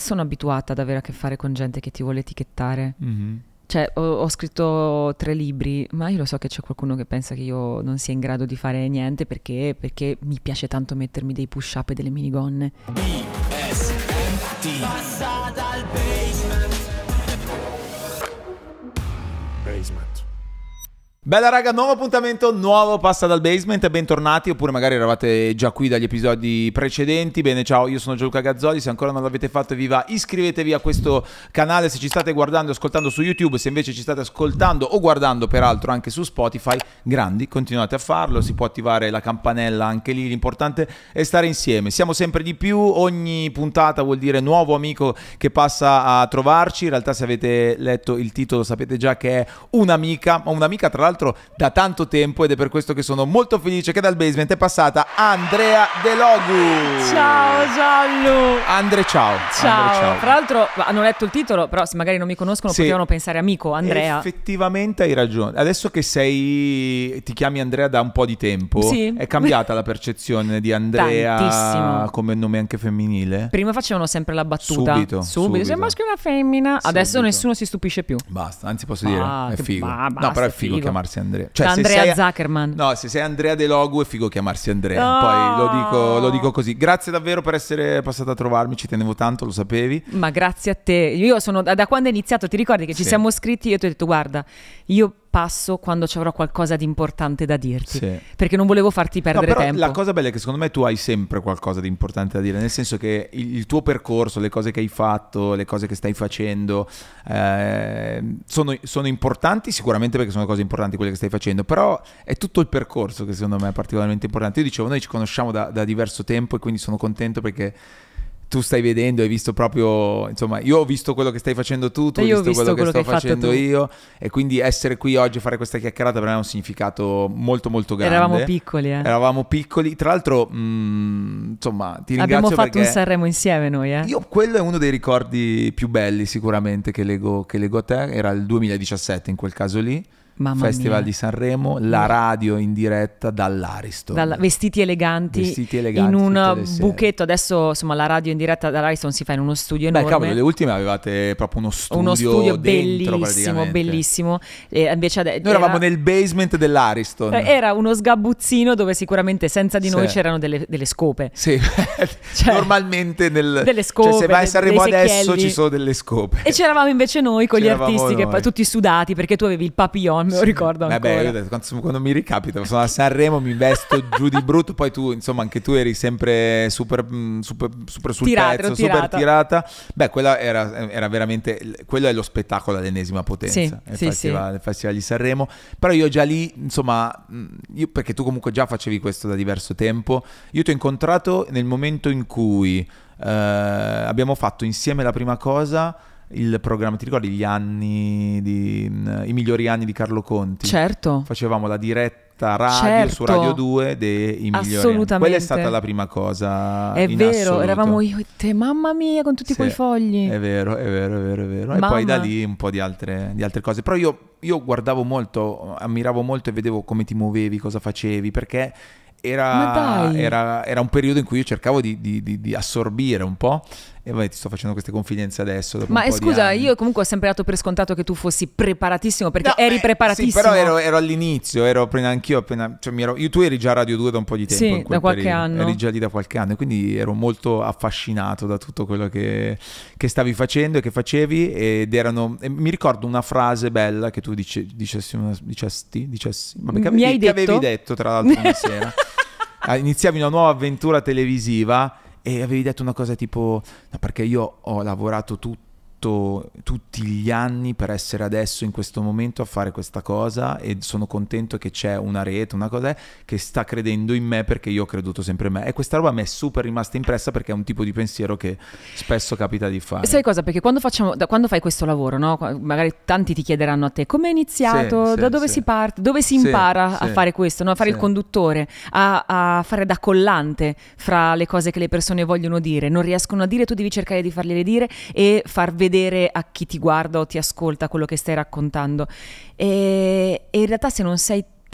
sono abituata ad avere a che fare con gente che ti vuole etichettare. Cioè, ho scritto 3 libri, ma io lo so che c'è qualcuno che pensa che io non sia in grado di fare niente perché mi piace tanto mettermi dei push-up e delle minigonne. BSMT. Passa dal basement. Bella raga, nuovo appuntamento, nuovo Passa dal Basement e bentornati, oppure magari eravate già qui dagli episodi precedenti. Bene, ciao, io sono Gianluca Gazzoli, se ancora non l'avete fatto vi va, iscrivetevi a questo canale se ci state guardando e ascoltando su YouTube, se invece ci state ascoltando o guardando peraltro anche su Spotify, grandi, continuate a farlo, si può attivare la campanella anche lì, l'importante è stare insieme, siamo sempre di più, ogni puntata vuol dire nuovo amico che passa a trovarci, in realtà se avete letto il titolo sapete già che è un'amica, ma un'amica tra l'altro da tanto tempo, ed è per questo che sono molto felice che dal basement è passata Andrea De Logu. Ciao Gianlu. Andre, ciao. Ciao. Andre, ciao. Tra l'altro hanno letto il titolo, però se magari non mi conoscono Sì. potevano pensare amico, Andrea. Effettivamente hai ragione. Adesso che ti chiami Andrea da un po' di tempo, Sì. è cambiata la percezione di Andrea Tantissimo. come nome anche femminile? Prima facevano sempre la battuta. Subito. Sei maschio o una femmina? Adesso Subito. nessuno si stupisce più. Basta, anzi posso dire, è che figo. basta, No, però è è figo figo. chiamarsi Andrea. Cioè, Da se Andrea sei- Zuckerman. No, se sei Andrea De Logu è figo chiamarsi Andrea. Oh. Poi lo dico così. Grazie davvero per essere passato a trovarmi, ci tenevo tanto, lo sapevi. Ma grazie a te. Io sono da quando è iniziato, ti ricordi che ci Sì. siamo scritti? Io ti ho detto guarda, io passo quando ci avrò qualcosa di importante da dirti, Sì. perché non volevo farti perdere No, però tempo. la cosa bella è che secondo me tu hai sempre qualcosa di importante da dire, nel senso che il tuo percorso, le cose che hai fatto, le cose che stai facendo sono importanti sicuramente, perché sono cose importanti quelle che stai facendo, però è tutto il percorso che secondo me è particolarmente importante. Io dicevo, noi ci conosciamo da diverso tempo e quindi sono contento perché tu stai vedendo, hai visto proprio, insomma, io ho visto quello che stai facendo tu hai Io ho visto quello che sto hai fatto facendo tu. io, e quindi essere qui oggi a fare questa chiacchierata per me ha un significato molto molto grande. Eravamo piccoli, Eravamo piccoli, tra l'altro, insomma, ti ringrazio Abbiamo fatto perché un Sanremo insieme noi, io quello è uno dei ricordi più belli sicuramente che leggo a te, era il 2017 in quel caso lì. Mamma Festival mia. di Sanremo, la radio in diretta dall'Ariston. Vestiti eleganti, in tutte un le sere. buchetto. Adesso insomma la radio in diretta dall'Ariston si fa in uno studio Beh, enorme. cavolo, le ultime avevate proprio uno studio dentro, bellissimo, praticamente. bellissimo. E invece Noi eravamo nel basement dell'Ariston. era uno sgabuzzino dove sicuramente senza di noi Sì. c'erano delle scope. Sì, Cioè, normalmente delle scope, cioè se vai a Sanremo dei adesso secchielli. ci sono delle scope. E c'eravamo invece noi con gli C'eravamo artisti noi. che tutti sudati, perché tu avevi il papillon, me lo ricordo ancora. Beh, io ho detto, quando mi ricapita, sono a Sanremo, mi vesto giù di brutto, poi tu, insomma, anche tu eri sempre super sul pezzo, super tirata. Beh, quella era veramente, quello è lo spettacolo all'ennesima potenza, il festival di Sanremo. Però io già lì, insomma, perché tu comunque già facevi questo da diverso tempo, io ti ho incontrato nel momento in cui abbiamo fatto insieme la prima cosa, il programma, ti ricordi gli anni i migliori anni di Carlo Conti? Certo. Facevamo la diretta radio su Radio 2 dei migliori Assolutamente. anni. Quella è stata la prima cosa. È in vero, assoluto. Eravamo io e te, mamma mia, con tutti quei fogli. È vero. E Mamma. poi da lì un po' di altre cose. Però io guardavo molto, ammiravo molto e vedevo come ti muovevi, cosa facevi, perché era un periodo in cui io cercavo di assorbire un po'. E vabbè, ti sto facendo queste confidenze adesso. Dopo Ma un po' scusa, di anni. io comunque ho sempre dato per scontato che tu fossi preparatissimo, perché eri preparatissimo. Sì, però ero all'inizio, ero appena anch'io, tu eri già a Radio 2 da un po' di tempo. Sì, in quel da qualche periodo. anno. Eri già lì da qualche anno, e quindi ero molto affascinato da tutto quello che stavi facendo e che facevi, ed mi ricordo una frase bella che tu dicessi, vabbè, che avevi detto tra l'altro una sera. Iniziavi una nuova avventura televisiva e avevi detto una cosa tipo, no, perché io ho lavorato tutti gli anni per essere adesso in questo momento a fare questa cosa, e sono contento che c'è una rete, una cosa che sta credendo in me, perché io ho creduto sempre in me, e questa roba mi è super rimasta impressa, perché è un tipo di pensiero che spesso capita di fare. Sai cosa? Perché quando fai questo lavoro, no? Magari tanti ti chiederanno a te come è iniziato, Sì, da dove si parte, dove si impara a fare questo, no? A fare il conduttore, a fare da collante fra le cose che le persone vogliono dire, non riescono a dire, tu devi cercare di fargliele dire e far vedere a chi ti guarda o ti ascolta quello che stai raccontando. E in realtà, se non sei te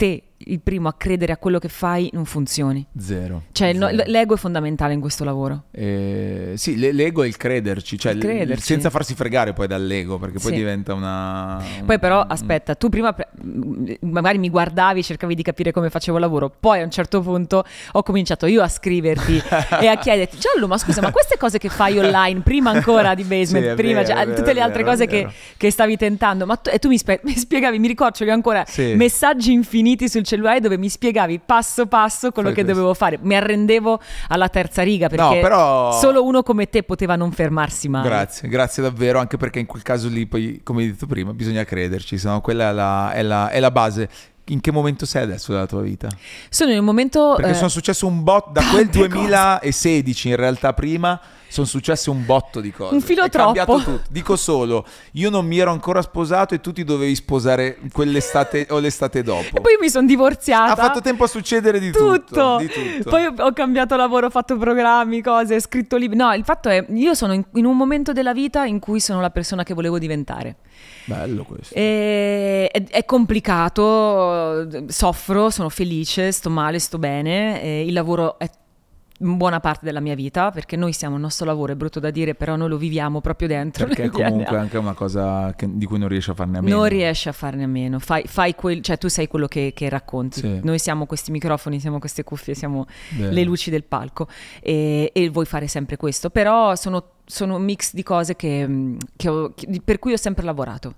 il primo a credere a quello che fai, non funzioni. Zero. Cioè Zero. l'ego è fondamentale in questo lavoro. Sì, l'ego è il crederci, cioè senza farsi fregare poi dall'ego, perché poi diventa Poi però, aspetta, tu prima magari mi guardavi, cercavi di capire come facevo il lavoro, poi a un certo punto ho cominciato io a scriverti e a chiederti: Giallo, ma scusa, ma queste cose che fai online, prima ancora di Basement, sì, prima vero, tutte le altre cose che stavi tentando, ma tu mi spiegavi, mi ricordo, ce li ho ancora, messaggi infiniti sul cellulare dove mi spiegavi passo passo quello che dovevo fare. Mi arrendevo alla terza riga, perché solo uno come te poteva non fermarsi mai. Grazie davvero, anche perché in quel caso lì poi, come hai detto prima, bisogna crederci, sennò quella è la base. In che momento sei adesso della tua vita? Sono in un momento... Perché sono successo un botto, da quel 2016 in realtà prima, sono successe un botto di cose. Un filo troppo. Cambiato tutto. Dico solo, io non mi ero ancora sposato e tu ti dovevi sposare quell'estate o l'estate dopo. E poi io mi sono divorziata. Ha fatto tempo a succedere di tutto. Poi ho cambiato lavoro, ho fatto programmi, cose, scritto libri. No, il fatto è, io sono in un momento della vita in cui sono la persona che volevo diventare. Bello questo. È complicato, soffro, sono felice, sto male, sto bene. Il lavoro è buona parte della mia vita, perché noi siamo il nostro lavoro, è brutto da dire, però noi lo viviamo proprio dentro. Perché comunque è anche una cosa di cui non riesci a farne a meno. Non riesci a farne a meno. Cioè tu sei quello che racconti. Sì. Noi siamo questi microfoni, siamo queste cuffie, siamo le luci del palco e vuoi fare sempre questo. Però sono un mix di cose per cui ho sempre lavorato.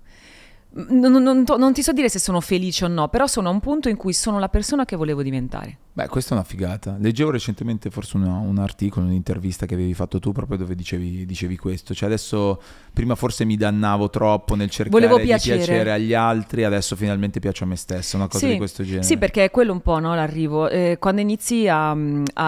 Non ti so dire se sono felice o no, però sono a un punto in cui sono la persona che volevo diventare. Beh, questa è una figata. Leggevo recentemente forse un articolo, un'intervista che avevi fatto tu, proprio dove dicevi questo. Cioè adesso, prima forse mi dannavo troppo nel cercare di piacere agli altri, adesso finalmente piaccio a me stesso, una cosa di questo genere. Sì, perché è quello un po', no, l'arrivo. Quando inizi a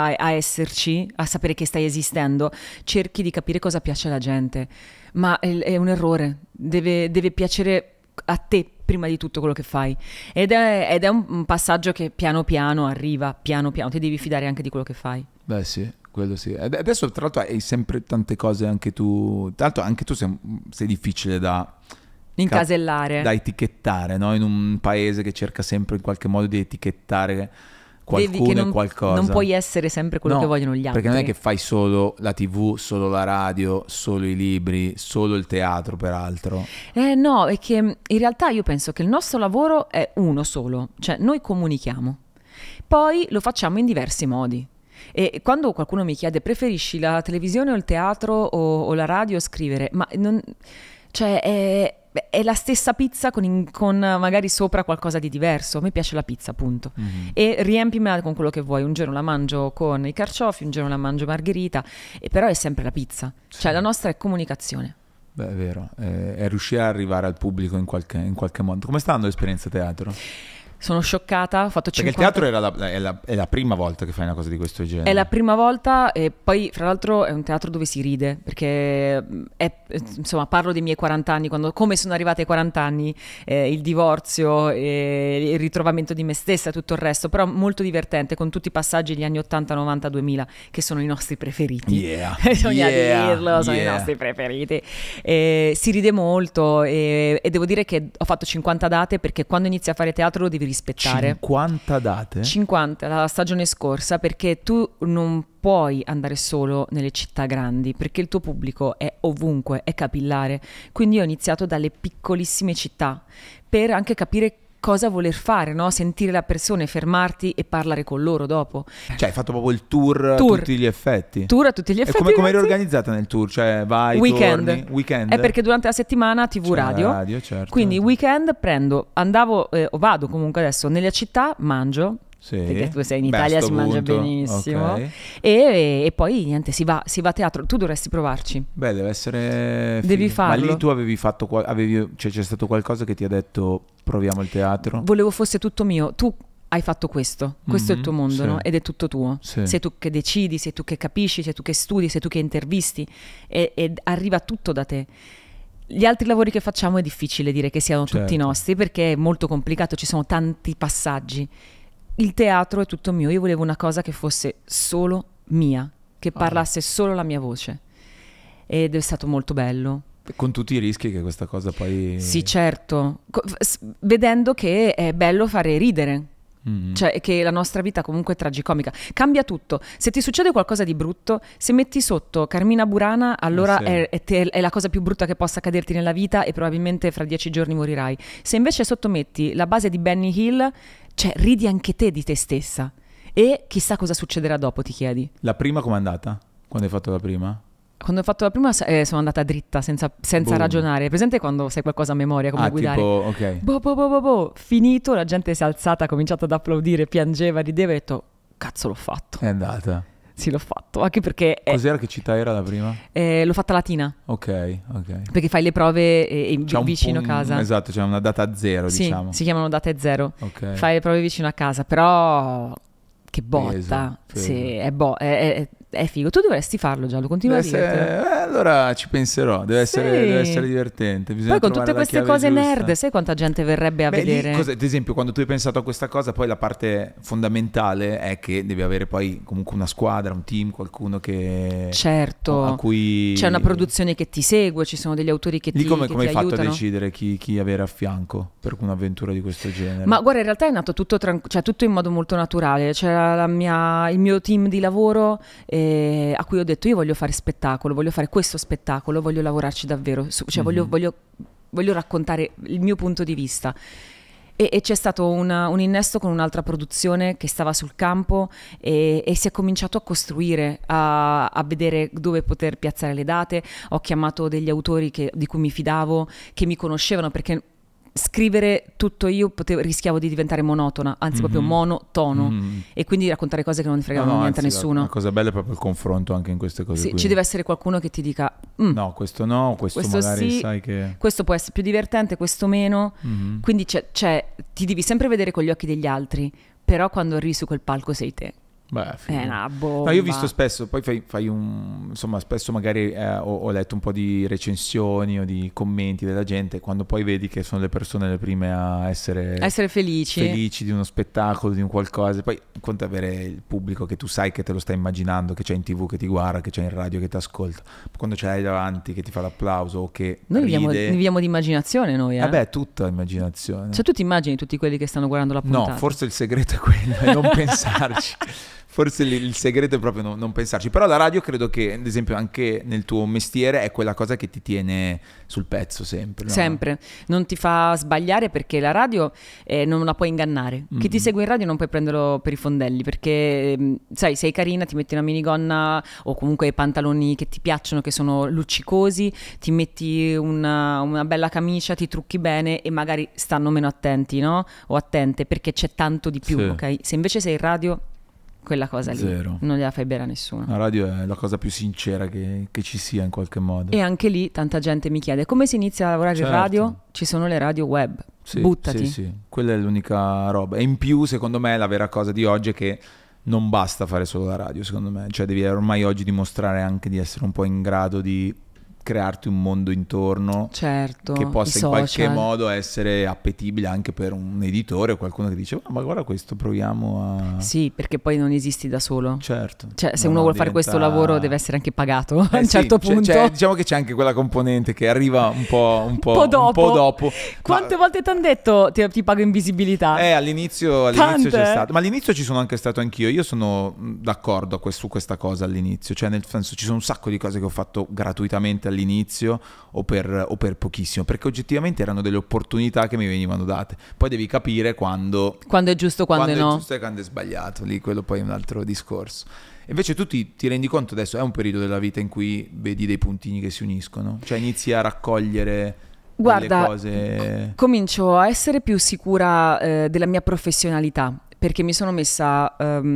esserci, a sapere che stai esistendo, cerchi di capire cosa piace alla gente. Ma è un errore. Deve piacere a te prima di tutto quello che fai, ed è un passaggio che piano piano arriva, piano piano ti devi fidare anche di quello che fai. Beh sì, quello sì. Adesso tra l'altro hai sempre tante cose anche tu, tra l'altro anche tu sei difficile da incasellare, da etichettare, no? In un paese che cerca sempre in qualche modo di etichettare qualcuno e qualcosa. Non puoi essere sempre quello che vogliono gli altri. Perché non è che fai solo la TV, solo la radio, solo i libri, solo il teatro, peraltro. No, è che in realtà io penso che il nostro lavoro è uno solo, cioè noi comunichiamo, poi lo facciamo in diversi modi. E quando qualcuno mi chiede preferisci la televisione o il teatro o la radio, scrivere, ma non, cioè è la stessa pizza con magari sopra qualcosa di diverso. A me piace la pizza, punto. Mm-hmm. E riempimela con quello che vuoi. Un giorno la mangio con i carciofi, un giorno la mangio margherita, però è sempre la pizza. Sì. Cioè la nostra è comunicazione. Beh, è vero, è riuscire ad arrivare al pubblico in qualche modo. Come sta andando l'esperienza teatro? Sono scioccata, ho fatto 50... Perché il teatro è la prima volta che fai una cosa di questo genere. È la prima volta, e poi fra l'altro è un teatro dove si ride, perché insomma parlo dei miei 40 anni, come sono arrivata ai 40 anni, il divorzio, il ritrovamento di me stessa, tutto il resto, però molto divertente, con tutti i passaggi degli anni 80, 90, 2000 che sono i nostri preferiti. Bisogna dirlo, sono i nostri preferiti. Si ride molto e devo dire che ho fatto 50 date, perché quando inizi a fare teatro lo devi rispettare. 50 date? 50 la stagione scorsa, perché tu non puoi andare solo nelle città grandi, perché il tuo pubblico è ovunque, è capillare. Quindi io ho iniziato dalle piccolissime città per anche capire cosa voler fare, no? Sentire le persone, fermarti e parlare con loro dopo. Cioè hai fatto proprio il tour a tutti gli effetti. Tour a tutti gli effetti. E come eri organizzata nel tour? Cioè vai, weekend. Torni? Weekend? È perché durante la settimana TV radio. Certo. Quindi weekend vado comunque adesso nella città, mangio. Sì. Perché tu sei in Italia, si mangia benissimo, okay. E poi niente, si va a teatro. Tu dovresti provarci. Beh, deve essere devi farlo. Ma lì tu avevi fatto cioè c'è stato qualcosa che ti ha detto proviamo il teatro? Volevo fosse tutto mio. Tu hai fatto questo è il tuo mondo, sì. No? Ed è tutto tuo, sì. Sei tu che decidi, sei tu che capisci, sei tu che studi, sei tu che intervisti e arriva tutto da te. Gli altri lavori che facciamo è difficile dire che siano tutti nostri, perché è molto complicato, ci sono tanti passaggi. Il teatro è tutto mio, io volevo una cosa che fosse solo mia, che parlasse solo la mia voce, ed è stato molto bello. Con tutti i rischi che questa cosa poi... Sì, certo, vedendo che è bello fare ridere, Cioè che la nostra vita comunque è tragicomica, cambia tutto. Se ti succede qualcosa di brutto, se metti sotto Carmina Burana, allora è la cosa più brutta che possa accaderti nella vita e probabilmente fra 10 giorni morirai. Se invece sottometti la base di Benny Hill, cioè ridi anche te di te stessa e chissà cosa succederà dopo, ti chiedi. La prima com'è andata? Quando hai fatto la prima? Quando ho fatto la prima sono andata dritta senza ragionare. Presente quando sai qualcosa a memoria come guidare? Tipo, ok. Finito, la gente si è alzata, ha cominciato ad applaudire, piangeva, rideva e ho detto cazzo l'ho fatto. È andata. Sì, l'ho fatto, anche perché cos'era, che città era la prima? L'ho fatta a Latina. Ok. Perché fai le prove vicino a casa. Esatto, c'è una data zero, diciamo. Si chiamano date zero. Okay. Fai le prove vicino a casa, però che botta. Peso. Sì, è figo. Tu dovresti farlo, già, lo continui a dire. Allora ci penserò, deve essere divertente. Poi con tutte queste cose nerd, sai quanta gente verrebbe a vedere? Ad esempio, quando tu hai pensato a questa cosa, poi la parte fondamentale è che devi avere poi comunque una squadra, un team, qualcuno che... Certo, a cui... c'è una produzione che ti segue, ci sono degli autori che ti aiutano. Come hai fatto a decidere chi avere a fianco per un'avventura di questo genere? Ma guarda, in realtà è nato tutto in modo molto naturale. C'era il mio team di lavoro a cui ho detto io voglio fare spettacolo, voglio fare questo spettacolo, voglio lavorarci davvero, cioè voglio raccontare il mio punto di vista. E c'è stato un innesto con un'altra produzione che stava sul campo e si è cominciato a costruire, a vedere dove poter piazzare le date. Ho chiamato degli autori di cui mi fidavo, che mi conoscevano, perché scrivere tutto io rischiavo di diventare monotona, anzi proprio monotono, e quindi raccontare cose che non fregavano niente a nessuno. La cosa bella è proprio il confronto anche in queste cose. Sì, qui. ci deve essere qualcuno che ti dica no, questo magari sì, sai che... questo può essere più divertente, questo meno. Quindi ti devi sempre vedere con gli occhi degli altri, però quando arrivi su quel palco sei te. Beh, è una bomba. No, io ho visto spesso, poi spesso magari ho letto un po' di recensioni o di commenti della gente, quando poi vedi che sono le persone le prime a essere felici di uno spettacolo, di un qualcosa, poi conta avere il pubblico che tu sai che te lo stai immaginando, che c'è in TV che ti guarda, che c'è in radio che ti ascolta, quando ce l'hai davanti che ti fa l'applauso o che noi ride. viviamo di immaginazione noi. Vabbè, tutta immaginazione. Cioè tu ti immagini tutti quelli che stanno guardando la puntata? No, forse il segreto è quello, è non pensarci. Forse il segreto è proprio non pensarci. Però la radio credo che, ad esempio, anche nel tuo mestiere è quella cosa che ti tiene sul pezzo sempre. No? Sempre. Non ti fa sbagliare, perché la radio non la puoi ingannare. Chi ti segue in radio non puoi prenderlo per i fondelli, perché sai, sei carina, ti metti una minigonna o comunque pantaloni che ti piacciono, che sono luccicosi, ti metti una bella camicia, ti trucchi bene e magari stanno meno attenti, no? O attente, perché c'è tanto di più, ok? Se invece sei in radio, quella cosa lì non gliela fai bere a nessuno. La radio è la cosa più sincera che ci sia in qualche modo. E anche lì tanta gente mi chiede come si inizia a lavorare in radio. Ci sono le radio web, buttati. Sì, quella è l'unica roba. E in più, secondo me, la vera cosa di oggi è che non basta fare solo la radio, secondo me. Cioè devi ormai oggi dimostrare anche di essere un po' in grado di crearti un mondo intorno, certo, che possa in qualche modo essere appetibile anche per un editore o qualcuno che dice ma guarda questo, proviamo a... Sì, perché poi non esisti da solo. Certo. Cioè se uno vuole fare questo lavoro deve essere anche pagato a un certo punto. Diciamo che c'è anche quella componente che arriva un po' dopo. Quante volte ti hanno detto ti pago in visibilità? All'inizio c'è stato, ma all'inizio ci sono anche stato anch'io. Io sono d'accordo su questa cosa all'inizio, cioè nel senso ci sono un sacco di cose che ho fatto gratuitamente all'inizio o per pochissimo, perché oggettivamente erano delle opportunità che mi venivano date. Poi devi capire quando è giusto, quando no. È giusto e quando è sbagliato. Lì quello poi è un altro discorso. Invece tu ti rendi conto adesso, è un periodo della vita in cui vedi dei puntini che si uniscono, cioè inizi a raccogliere delle cose. Comincio a essere più sicura della mia professionalità, perché mi sono messa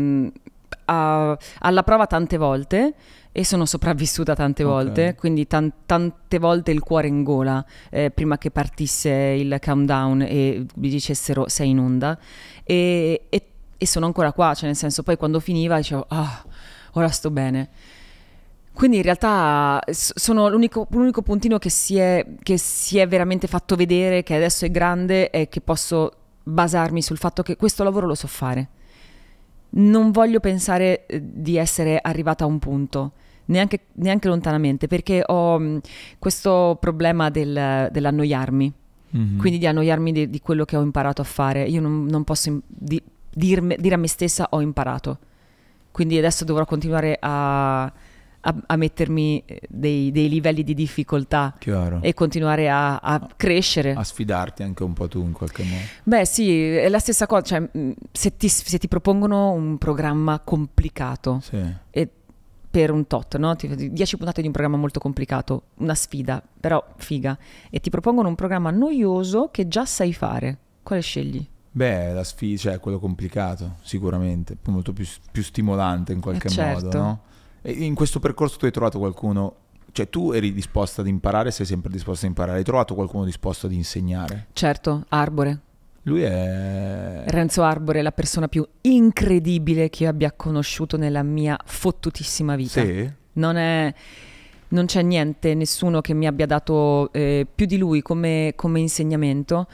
alla prova tante volte e sono sopravvissuta tante volte, quindi tante volte il cuore in gola prima che partisse il countdown e mi dicessero sei in onda, e sono ancora qua, cioè nel senso, poi quando finiva dicevo ora sto bene. Quindi in realtà sono l'unico puntino che si è veramente fatto vedere, che adesso è grande e che posso basarmi sul fatto che questo lavoro lo so fare. Non voglio pensare di essere arrivata a un punto, neanche lontanamente, perché ho questo problema dell'annoiarmi, quindi di annoiarmi di quello che ho imparato a fare. Io non posso dire a me stessa ho imparato, quindi adesso dovrò continuare a mettermi dei livelli di difficoltà. Chiaro. E continuare a crescere, a sfidarti anche un po' tu in qualche modo. Beh sì, è la stessa cosa, cioè, se ti propongono un programma complicato, Sì. e per un tot, no? 10 puntate di un programma molto complicato, una sfida, però figa, e ti propongono un programma noioso che già sai fare, quale scegli? Beh, la sfida, cioè quello complicato, sicuramente, molto più stimolante in qualche certo. modo, no? E in questo percorso tu hai trovato qualcuno, cioè tu eri disposta ad imparare, sei sempre disposta ad imparare, hai trovato qualcuno disposto ad insegnare? Certo, Arbore. Lui è... Renzo Arbore è la persona più incredibile che io abbia conosciuto nella mia fottutissima vita. Sì? Non c'è niente, nessuno che mi abbia dato più di lui come insegnamento.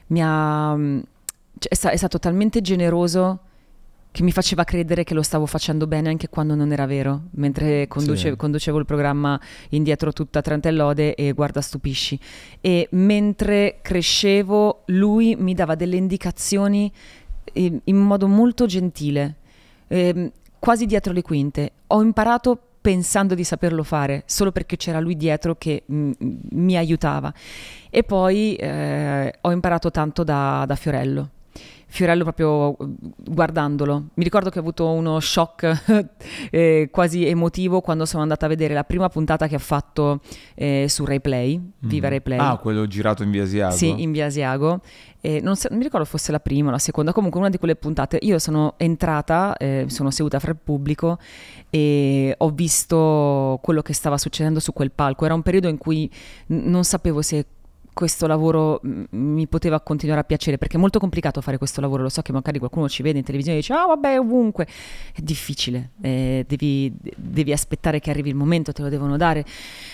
È stato talmente generoso che mi faceva credere che lo stavo facendo bene anche quando non era vero, mentre conducevo il programma Indietro tutta Trenta e lode e Guarda stupisci, e mentre crescevo lui mi dava delle indicazioni in modo molto gentile, quasi dietro le quinte. Ho imparato pensando di saperlo fare, solo perché c'era lui dietro che mi aiutava. E poi ho imparato tanto da Fiorello. Fiorello, proprio guardandolo, mi ricordo che ho avuto uno shock quasi emotivo quando sono andata a vedere la prima puntata che ha fatto su Rai Play, Viva Rai Play. Ah, quello girato in Via Asiago? Sì, in Via Asiago. Non mi ricordo fosse la prima o la seconda, comunque una di quelle puntate. Io sono entrata, sono seduta fra il pubblico e ho visto quello che stava succedendo su quel palco. Era un periodo in cui non sapevo se questo lavoro mi poteva continuare a piacere, perché è molto complicato fare questo lavoro. Lo so che magari qualcuno ci vede in televisione e dice vabbè, ovunque. È difficile, devi aspettare che arrivi il momento, te lo devono dare,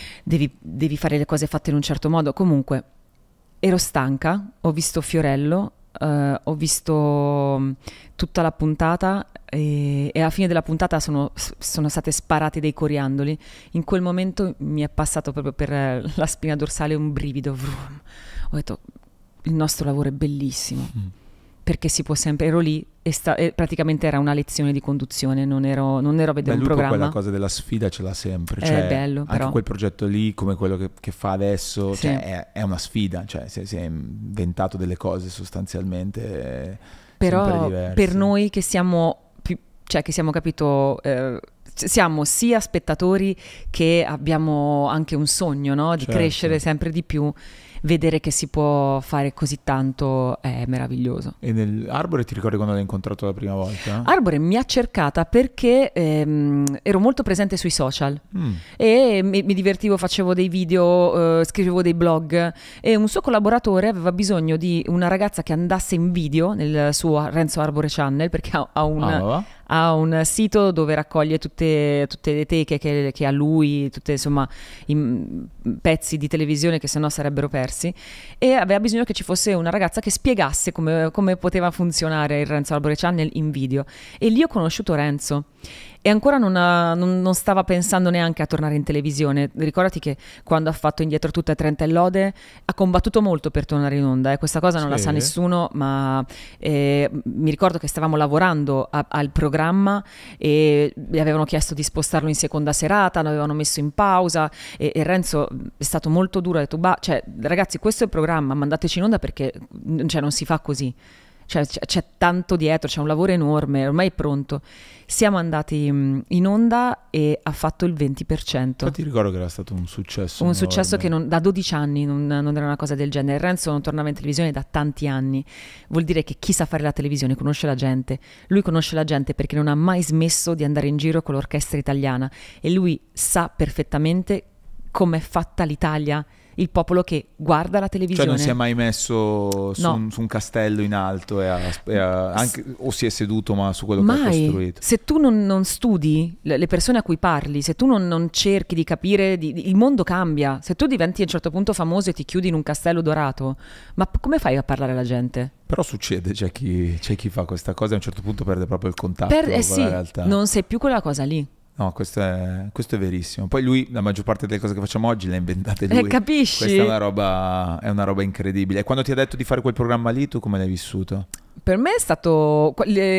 devi fare le cose fatte in un certo modo. Comunque ero stanca, ho visto Fiorello, ho visto tutta la puntata e alla fine della puntata sono state sparate dei coriandoli. In quel momento mi è passato proprio per la spina dorsale un brivido. Vroom. Ho detto il nostro lavoro è bellissimo, perché si può sempre. Ero lì e praticamente era una lezione di conduzione, non ero a vedere un programma. Quella cosa della sfida ce l'ha sempre, cioè, è bello, anche però quel progetto lì come quello che fa adesso, sì. Cioè, è una sfida, cioè si è inventato delle cose sostanzialmente però diverse. Per noi che siamo capito, siamo sia spettatori che abbiamo anche un sogno, no? Di crescere sempre di più. Vedere che si può fare così tanto è meraviglioso. E nell'Arbore ti ricordi quando l'hai incontrato la prima volta? Arbore mi ha cercata perché ero molto presente sui social e mi divertivo, facevo dei video, scrivevo dei blog, e un suo collaboratore aveva bisogno di una ragazza che andasse in video nel suo Renzo Arbore Channel, perché ha un sito dove raccoglie tutte le teche che ha lui, tutte insomma i pezzi di televisione che sennò sarebbero persi, e aveva bisogno che ci fosse una ragazza che spiegasse come poteva funzionare il Renzo Arbore Channel in video. E lì ho conosciuto Renzo e ancora non stava pensando neanche a tornare in televisione. Ricordati che quando ha fatto Indietro tutta Trenta e lode ha combattuto molto per tornare in onda, questa cosa non la sa nessuno, ma mi ricordo che stavamo lavorando al programma e gli avevano chiesto di spostarlo in seconda serata, lo avevano messo in pausa e Renzo è stato molto duro, ha detto ragazzi, questo è il programma, mandateci in onda perché non si fa così. Cioè, c'è tanto dietro, c'è un lavoro enorme, ormai è pronto. Siamo andati in onda e ha fatto il 20%. Ti ricordo che era stato un successo. Un successo che da 12 anni non era una cosa del genere. Renzo non tornava in televisione da tanti anni. Vuol dire che chi sa fare la televisione conosce la gente. Lui conosce la gente perché non ha mai smesso di andare in giro con l'orchestra italiana. E lui sa perfettamente com'è fatta l'Italia, il popolo che guarda la televisione. Cioè non si è mai messo su un castello in alto anche, o si è seduto ma su quello che ha costruito. Se tu non studi le persone a cui parli, se tu non cerchi di capire, il mondo cambia. Se tu diventi a un certo punto famoso e ti chiudi in un castello dorato, ma come fai a parlare alla gente? Però succede, c'è chi fa questa cosa e a un certo punto perde proprio il contatto con la realtà. Non sei più quella cosa lì. No, questo è verissimo. Poi lui, la maggior parte delle cose che facciamo oggi le ha inventate lui. Capisci? Questa è una roba incredibile. E quando ti ha detto di fare quel programma lì, tu come l'hai vissuto? Per me è stato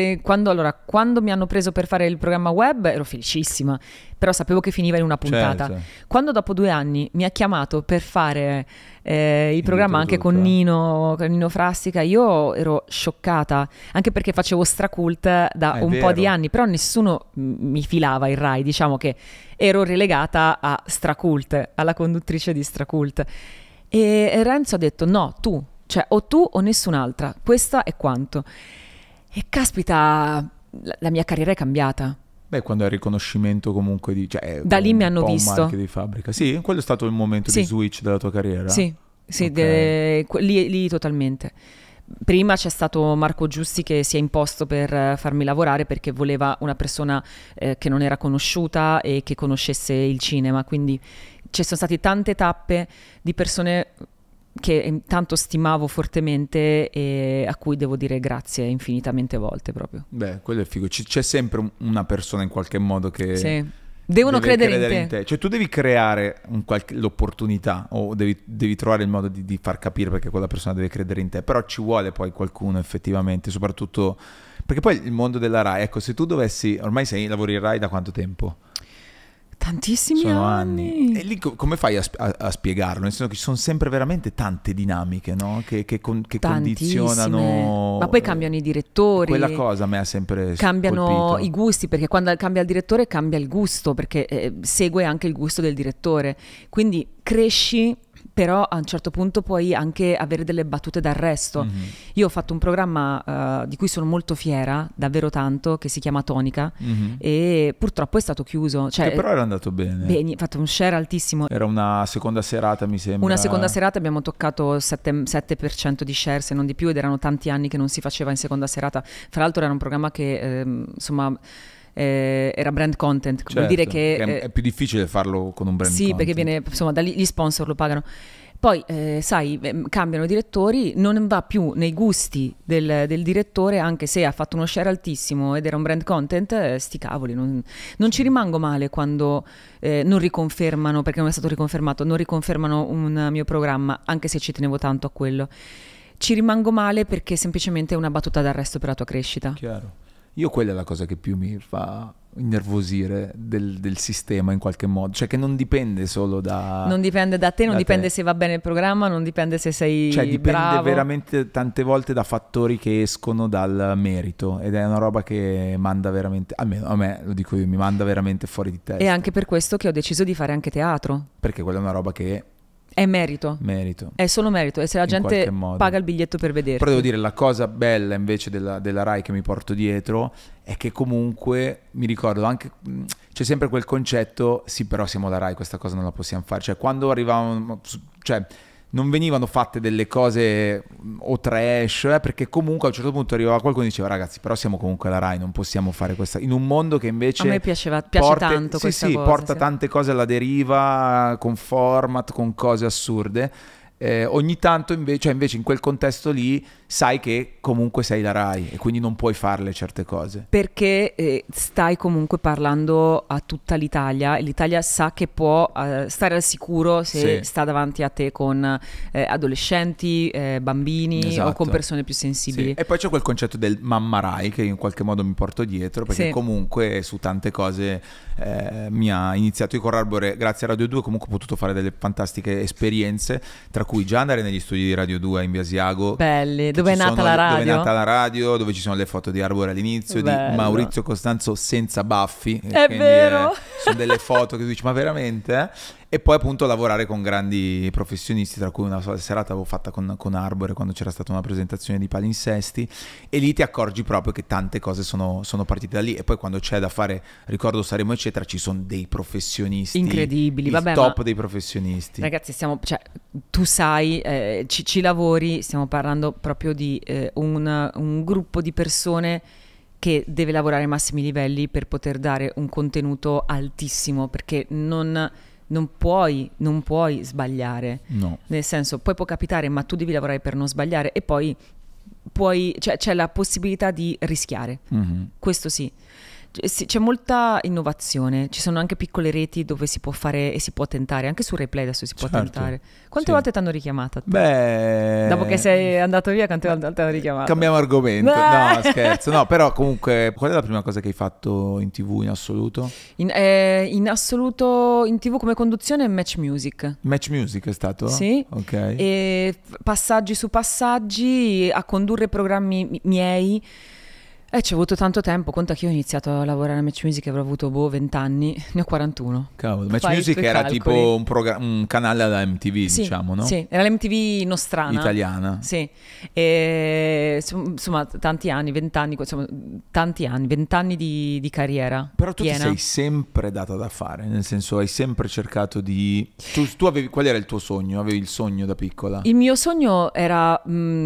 quando mi hanno preso per fare il programma web ero felicissima, però sapevo che finiva in una puntata. Certo. Quando dopo 2 anni mi ha chiamato per fare il programma anche con Nino Frassica, io ero scioccata, anche perché facevo Stracult da un po' di anni, però nessuno mi filava il Rai, diciamo che ero relegata a Stracult, alla conduttrice di Stracult. E Renzo ha detto no, tu, cioè o tu o nessun'altra, questa è quanto. E caspita, la mia carriera è cambiata. Beh, quando è il riconoscimento comunque da lì mi hanno visto. Un marchio di fabbrica. Sì, quello è stato il momento di switch della tua carriera? Sì, okay. Lì totalmente. Prima c'è stato Marco Giusti che si è imposto per farmi lavorare perché voleva una persona che non era conosciuta e che conoscesse il cinema, quindi ci sono state tante tappe di persone che tanto stimavo fortemente e a cui devo dire grazie infinitamente volte proprio. Beh, quello è figo. C'è sempre una persona in qualche modo che... Sì. Devono credere in te. Cioè tu devi creare l'opportunità o devi trovare il modo di far capire perché quella persona deve credere in te, però ci vuole poi qualcuno effettivamente, soprattutto perché poi il mondo della Rai, ecco, se tu dovessi, ormai lavori in Rai da quanto tempo? Tantissimi anni. E lì come fai a spiegarlo? Nel senso che ci sono sempre veramente tante dinamiche, no? Che condizionano. Ma poi cambiano i direttori. Quella cosa a me ha sempre cambiano colpito. I gusti, perché quando cambia il direttore cambia il gusto, perché segue anche il gusto del direttore. Quindi cresci, però a un certo punto puoi anche avere delle battute d'arresto. Mm-hmm. Io ho fatto un programma di cui sono molto fiera, davvero tanto, che si chiama Tonica, mm-hmm. e purtroppo è stato chiuso. Cioè, che però era andato bene. Bene, ha fatto un share altissimo. Era una seconda serata, mi sembra. Una seconda serata, abbiamo toccato 7% di share, se non di più, ed erano tanti anni che non si faceva in seconda serata. Fra l'altro era un programma che, insomma... era brand content, certo, vuol dire che è più difficile farlo con un brand content. Sì, perché viene, insomma, da lì gli sponsor lo pagano. Poi sai, cambiano i direttori, non va più nei gusti del direttore, anche se ha fatto uno share altissimo ed era un brand content, sti cavoli, non ci rimango male quando non riconfermano, perché non è stato riconfermato, non riconfermano un mio programma, anche se ci tenevo tanto a quello. Ci rimango male perché semplicemente è una battuta d'arresto per la tua crescita. Chiaro. Io quella è la cosa che più mi fa innervosire del sistema in qualche modo, cioè che non dipende solo da... Non dipende da te, non dipende se va bene il programma, non dipende se sei bravo. Cioè dipende bravo. Veramente tante volte da fattori che escono dal merito ed è una roba che manda veramente, almeno a me, lo dico io, mi manda veramente fuori di testa. E anche per questo che ho deciso di fare anche teatro. Perché quella è una roba che... È merito. È solo merito. E se la gente paga il biglietto per vederti. Però devo dire, la cosa bella invece della Rai che mi porto dietro è che comunque mi ricordo anche, c'è sempre quel concetto, sì però siamo la Rai, questa cosa non la possiamo fare. Cioè quando arrivavano, cioè non venivano fatte delle cose o trash, perché comunque a un certo punto arrivava qualcuno e diceva ragazzi però siamo comunque la Rai, non possiamo fare questa, in un mondo che invece a me piace tanto questa cosa, porta tante cose alla deriva, con format, con cose assurde. Ogni tanto invece in quel contesto lì sai che comunque sei la Rai e quindi non puoi farle certe cose perché stai comunque parlando a tutta l'Italia e l'Italia sa che può stare al sicuro se sta davanti a te con adolescenti, bambini, esatto, o con persone più sensibili. Sì. E poi c'è quel concetto del mamma Rai che in qualche modo mi porto dietro perché comunque su tante cose mi ha iniziato. Io con Arbore grazie a Radio 2 comunque ho potuto fare delle fantastiche esperienze, tra cui già andare negli studi di Radio 2 in Via Asiago, belli, dove è nata la radio, dove è nata la radio, dove ci sono le foto di Arbore all'inizio, bello, di Maurizio Costanzo senza baffi, è vero, sono delle foto che tu dici ma veramente? E poi appunto lavorare con grandi professionisti, tra cui una serata avevo fatta con Arbore quando c'era stata una presentazione di Palinsesti, e lì ti accorgi proprio che tante cose sono partite da lì. E poi quando c'è da fare Ricordo Saremo eccetera ci sono dei professionisti incredibili, vabbè, top dei professionisti. Ragazzi, tu sai, ci lavori, stiamo parlando proprio di un gruppo di persone che deve lavorare ai massimi livelli per poter dare un contenuto altissimo, perché non puoi sbagliare, no. Nel senso, poi può capitare, ma tu devi lavorare per non sbagliare e poi c'è la possibilità di rischiare, questo sì. Sì, c'è molta innovazione, ci sono anche piccole reti dove si può fare e si può tentare, anche su Replay adesso si può tentare. Quante volte ti hanno richiamata? Beh, dopo che sei andato via, quante volte ti hanno richiamato? Cambiamo argomento. No, scherzo. No, però comunque, qual è la prima cosa che hai fatto in TV in assoluto? In assoluto in TV come conduzione Match Music. Match Music è stato? Sì. Ok. E passaggi su passaggi a condurre programmi miei. Ci ho avuto tanto tempo, conta che io ho iniziato a lavorare a Match Music, avrò avuto 20 anni, ne ho 41. Cavolo, Match Music era tipo un canale alla MTV, sì, diciamo, no? Sì, era l'MTV nostrana. Italiana. Sì, e, insomma tanti anni, 20 anni, insomma, tanti anni, 20 anni di carriera. Però tu piena. ti sei sempre data da fare, nel senso hai sempre cercato di... Tu avevi, qual era il tuo sogno? Avevi il sogno da piccola? Il mio sogno era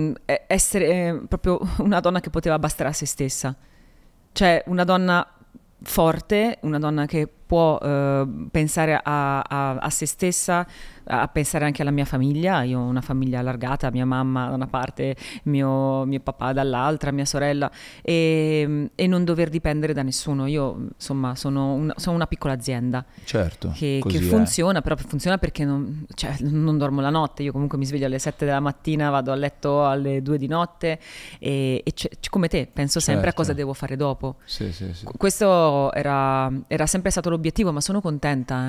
essere proprio una donna che poteva bastare a se stessa. Cioè una donna forte, una donna che può pensare a se stessa, a pensare anche alla mia famiglia. Io ho una famiglia allargata, mia mamma da una parte, mio papà dall'altra, mia sorella, e non dover dipendere da nessuno. Io insomma sono una piccola azienda, certo, che funziona, però funziona perché non dormo la notte. Io comunque mi sveglio alle 7 della mattina, vado a letto alle 2 di notte e come te penso sempre a cosa devo fare dopo. Sì. Questo era sempre stato l'obiettivo, ma sono contenta,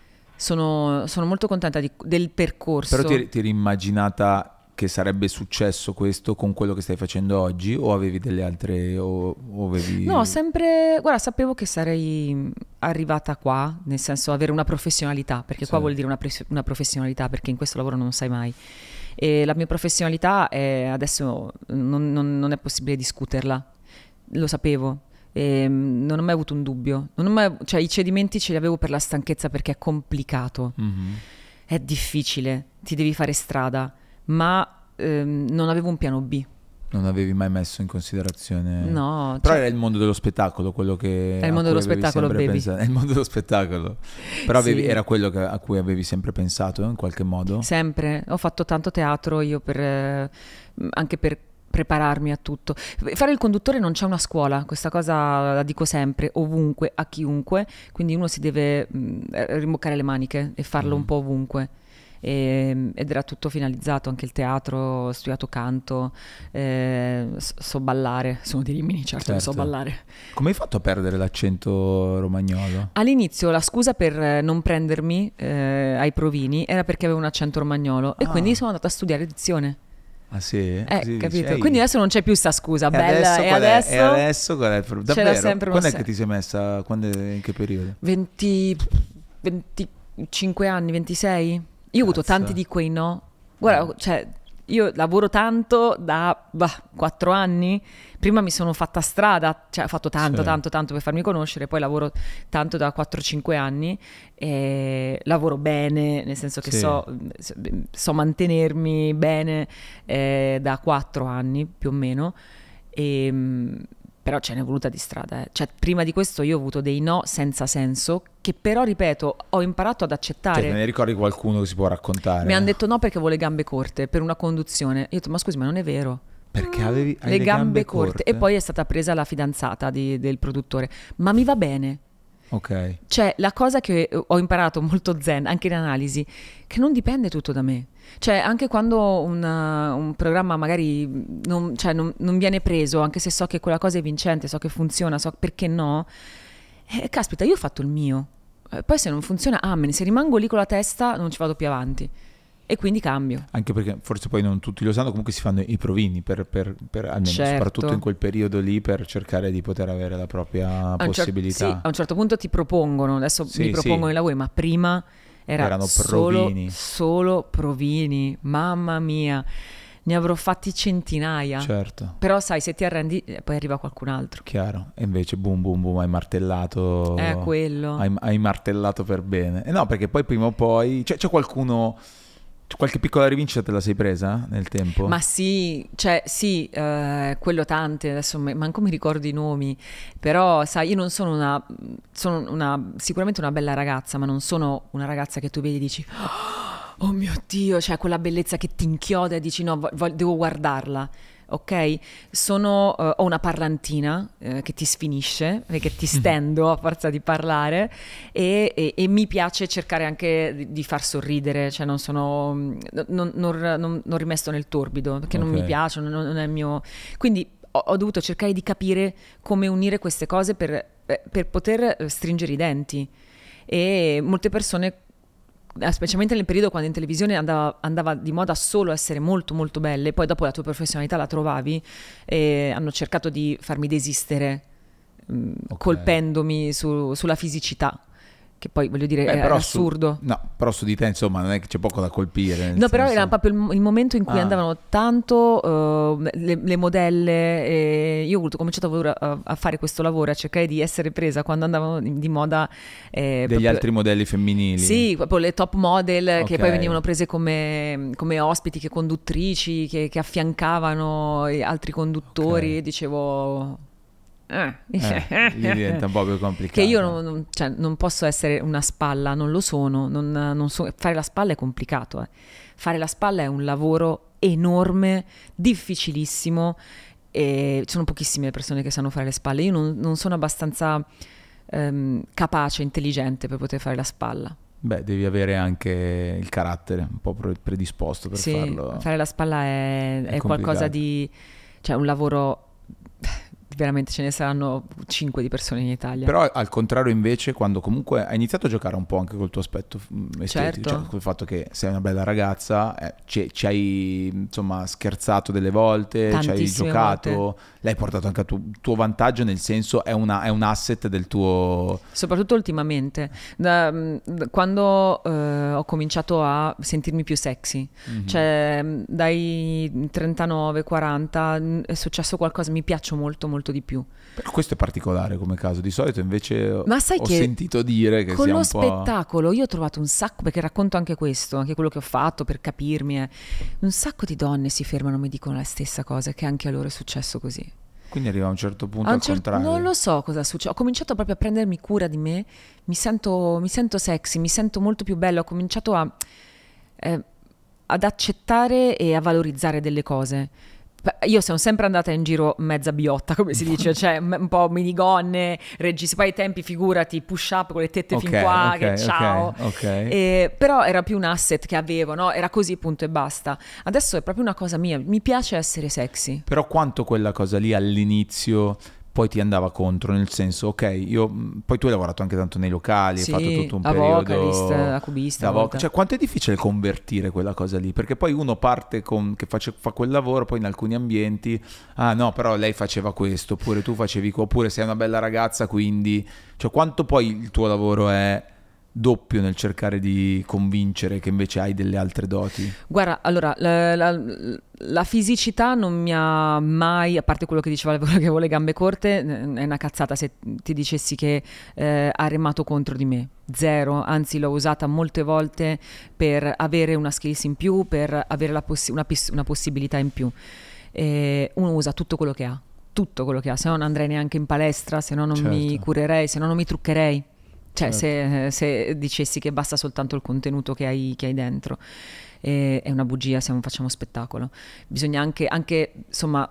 Sono molto contenta del percorso. Però ti eri immaginata che sarebbe successo questo con quello che stai facendo oggi, o avevi delle altre o avevi... No, sempre, guarda, sapevo che sarei arrivata qua, nel senso avere una professionalità, perché qua vuol dire una professionalità, perché in questo lavoro non sai mai. E la mia professionalità adesso non è possibile discuterla, lo sapevo. Non ho mai avuto un dubbio, cioè i cedimenti ce li avevo per la stanchezza, perché è complicato, è difficile, ti devi fare strada, ma non avevo un piano B. Non avevi mai messo in considerazione? No. Però era il mondo dello spettacolo quello che... È il mondo dello spettacolo, baby. È il mondo dello spettacolo. Però sì. Era quello a cui avevi sempre pensato in qualche modo? Sempre. Ho fatto tanto teatro io anche per prepararmi a tutto. Fare il conduttore non c'è una scuola, questa cosa la dico sempre, ovunque, a chiunque, quindi uno si deve rimboccare le maniche e farlo un po' ovunque. Ed era tutto finalizzato, anche il teatro, ho studiato canto, so ballare, sono di Rimini, certo. So ballare. Come hai fatto a perdere l'accento romagnolo? All'inizio la scusa per non prendermi ai provini era perché avevo un accento romagnolo e quindi sono andata a studiare dizione. Ah sì? Capito? Quindi adesso non c'è più sta scusa bella. E adesso qual è il problema? C'era sempre quando è che ti sei messa? In che periodo? 25 anni, 26? Io ho avuto tanti di quei no. Guarda, cioè, io lavoro tanto da 4 anni. Prima mi sono fatta strada, cioè ho fatto tanto per farmi conoscere, poi lavoro tanto da 4-5 anni e lavoro bene, nel senso che so mantenermi bene da 4 anni più o meno. Però ce n'è voluta di strada. Cioè, prima di questo io ho avuto dei no senza senso, che però, ripeto, ho imparato ad accettare. Cioè, te ne ricordi qualcuno che si può raccontare? Mi hanno detto no perché avevo le gambe corte per una conduzione. Io ho detto, ma scusi, ma non è vero. Perché avevi le gambe corte. E poi è stata presa la fidanzata del produttore. Ma mi va bene. Ok. Cioè, la cosa che ho imparato molto zen, anche in analisi, che non dipende tutto da me. Cioè, anche quando un programma magari non viene preso, anche se so che quella cosa è vincente, so che funziona, so perché no, caspita, io ho fatto il mio. Poi se non funziona, amen, se rimango lì con la testa non ci vado più avanti. E quindi cambio. Anche perché forse poi non tutti lo sanno, comunque si fanno i provini per almeno soprattutto in quel periodo lì, per cercare di poter avere la propria possibilità. Sì, a un certo punto ti propongono, adesso mi propongono i lavori, ma prima erano solo provini, mamma mia, ne avrò fatti centinaia. Certo. Però sai, se ti arrendi poi arriva qualcun altro. Chiaro. E invece boom boom boom hai martellato. È quello. Hai martellato per bene. No, perché poi prima o poi c'è qualcuno, qualche piccola rivincita te la sei presa nel tempo? Ma sì, quello tante, adesso manco mi ricordo i nomi, però sai, io non sono sicuramente una bella ragazza, ma non sono una ragazza che tu vedi e dici oh mio Dio, cioè quella bellezza che ti inchioda e dici no, devo guardarla. ok? Ho una parlantina che ti sfinisce, perché ti stendo a forza di parlare, e mi piace cercare anche di far sorridere, cioè non rimesto nel torbido, perché non mi piace, non è il mio... Quindi ho dovuto cercare di capire come unire queste cose per poter stringere i denti. E molte persone, specialmente nel periodo quando in televisione andava di moda solo essere molto molto belle, poi dopo la tua professionalità la trovavi, e hanno cercato di farmi desistere, colpendomi sulla fisicità, che poi voglio dire è assurdo. Però su di te insomma non è che c'è poco da colpire. No, però era proprio il momento in cui andavano tanto le modelle, e io ho cominciato a fare questo lavoro, a cercare di essere presa quando andavano di moda degli altri modelli femminili. Sì, proprio le top model che poi venivano prese come ospiti, che conduttrici, che affiancavano altri conduttori, e dicevo... lì diventa un po' più complicato. Che io non posso essere una spalla, non lo sono, fare la spalla è complicato, fare la spalla è un lavoro enorme, difficilissimo, e ci sono pochissime le persone che sanno fare le spalle. Io non sono abbastanza capace, intelligente per poter fare la spalla. Beh, devi avere anche il carattere un po' predisposto per farlo. Fare la spalla è qualcosa di... cioè un lavoro... veramente ce ne saranno 5 di persone in Italia. Però al contrario invece, quando comunque hai iniziato a giocare un po' anche col tuo aspetto estetico, certo, cioè col fatto che sei una bella ragazza, ci hai insomma scherzato delle volte, ci hai giocato, volte. L'hai portato anche a tuo vantaggio, nel senso è un asset del tuo... Soprattutto ultimamente, quando ho cominciato a sentirmi più sexy, cioè dai 39-40 è successo qualcosa, mi piaccio molto molto di più. Però questo è particolare come caso, di solito invece ma sai ho che sentito dire che con sia lo un po'... spettacolo io ho trovato un sacco, perché racconto anche questo, anche quello che ho fatto per capirmi, un sacco di donne si fermano e mi dicono la stessa cosa, che anche a loro è successo così. Quindi arriva a un certo punto al contrario. Non lo so cosa succede, ho cominciato proprio a prendermi cura di me, mi sento sexy, mi sento molto più bella, ho cominciato ad accettare e a valorizzare delle cose. Io sono sempre andata in giro mezza biotta, come si dice, cioè un po' minigonne, reggissi, poi ai tempi figurati, push up con le tette fin qua, che ciao. Però era più un asset che avevo, no? Era così, punto e basta. Adesso è proprio una cosa mia, mi piace essere sexy. Però quanto quella cosa lì all'inizio poi ti andava contro, nel senso, poi tu hai lavorato anche tanto nei locali, hai fatto tutto un periodo... vocalist, a cubista. Cioè, quanto è difficile convertire quella cosa lì? Perché poi uno parte che fa quel lavoro, poi in alcuni ambienti, no, però lei faceva questo, oppure tu facevi, oppure sei una bella ragazza, quindi... Cioè, quanto poi il tuo lavoro è doppio nel cercare di convincere che invece hai delle altre doti? Guarda, allora, la fisicità non mi ha mai, a parte quello che diceva, che avevo le gambe corte, è una cazzata se ti dicessi che ha remato contro di me. Zero, anzi l'ho usata molte volte per avere una skills in più, per avere una possibilità in più. Uno usa tutto quello che ha, se no non andrei neanche in palestra, se no non mi curerei, se no non mi truccherei. Cioè, se dicessi che basta soltanto il contenuto che hai dentro, è una bugia, facciamo spettacolo. Bisogna anche insomma,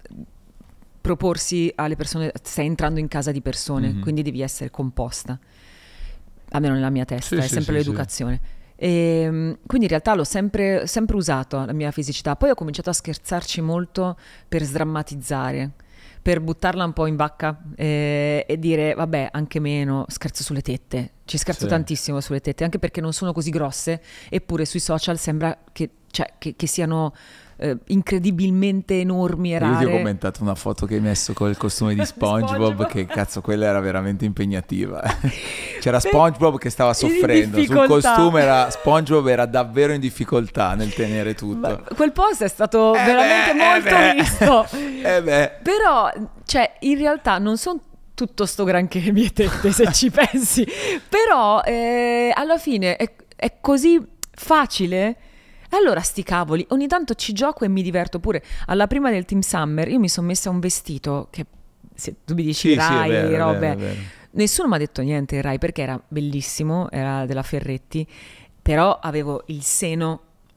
proporsi alle persone, stai entrando in casa di persone, quindi devi essere composta, almeno nella mia testa, è sempre l'educazione. E quindi in realtà l'ho sempre usato la mia fisicità. Poi ho cominciato a scherzarci molto per sdrammatizzare, per buttarla un po' in vacca e dire vabbè, anche meno, scherzo sulle tette, ci scherzo tantissimo sulle tette, anche perché non sono così grosse, eppure sui social sembra che siano incredibilmente enormi e rare. Io ti ho commentato una foto che hai messo con il costume di SpongeBob, che cazzo, quella era veramente impegnativa. C'era SpongeBob che stava soffrendo, sul costume SpongeBob era davvero in difficoltà nel tenere tutto. Ma quel post è stato veramente molto visto. Però, cioè, in realtà non sono tutto sto granché le mie tette, se ci pensi, però alla fine è così facile. Allora sti cavoli, ogni tanto ci gioco e mi diverto pure. Alla prima del Team Summer io mi sono messa un vestito che, se tu mi dici Rai, robe, è vero. Nessuno mi ha detto niente Rai, perché era bellissimo, era della Ferretti, però avevo il seno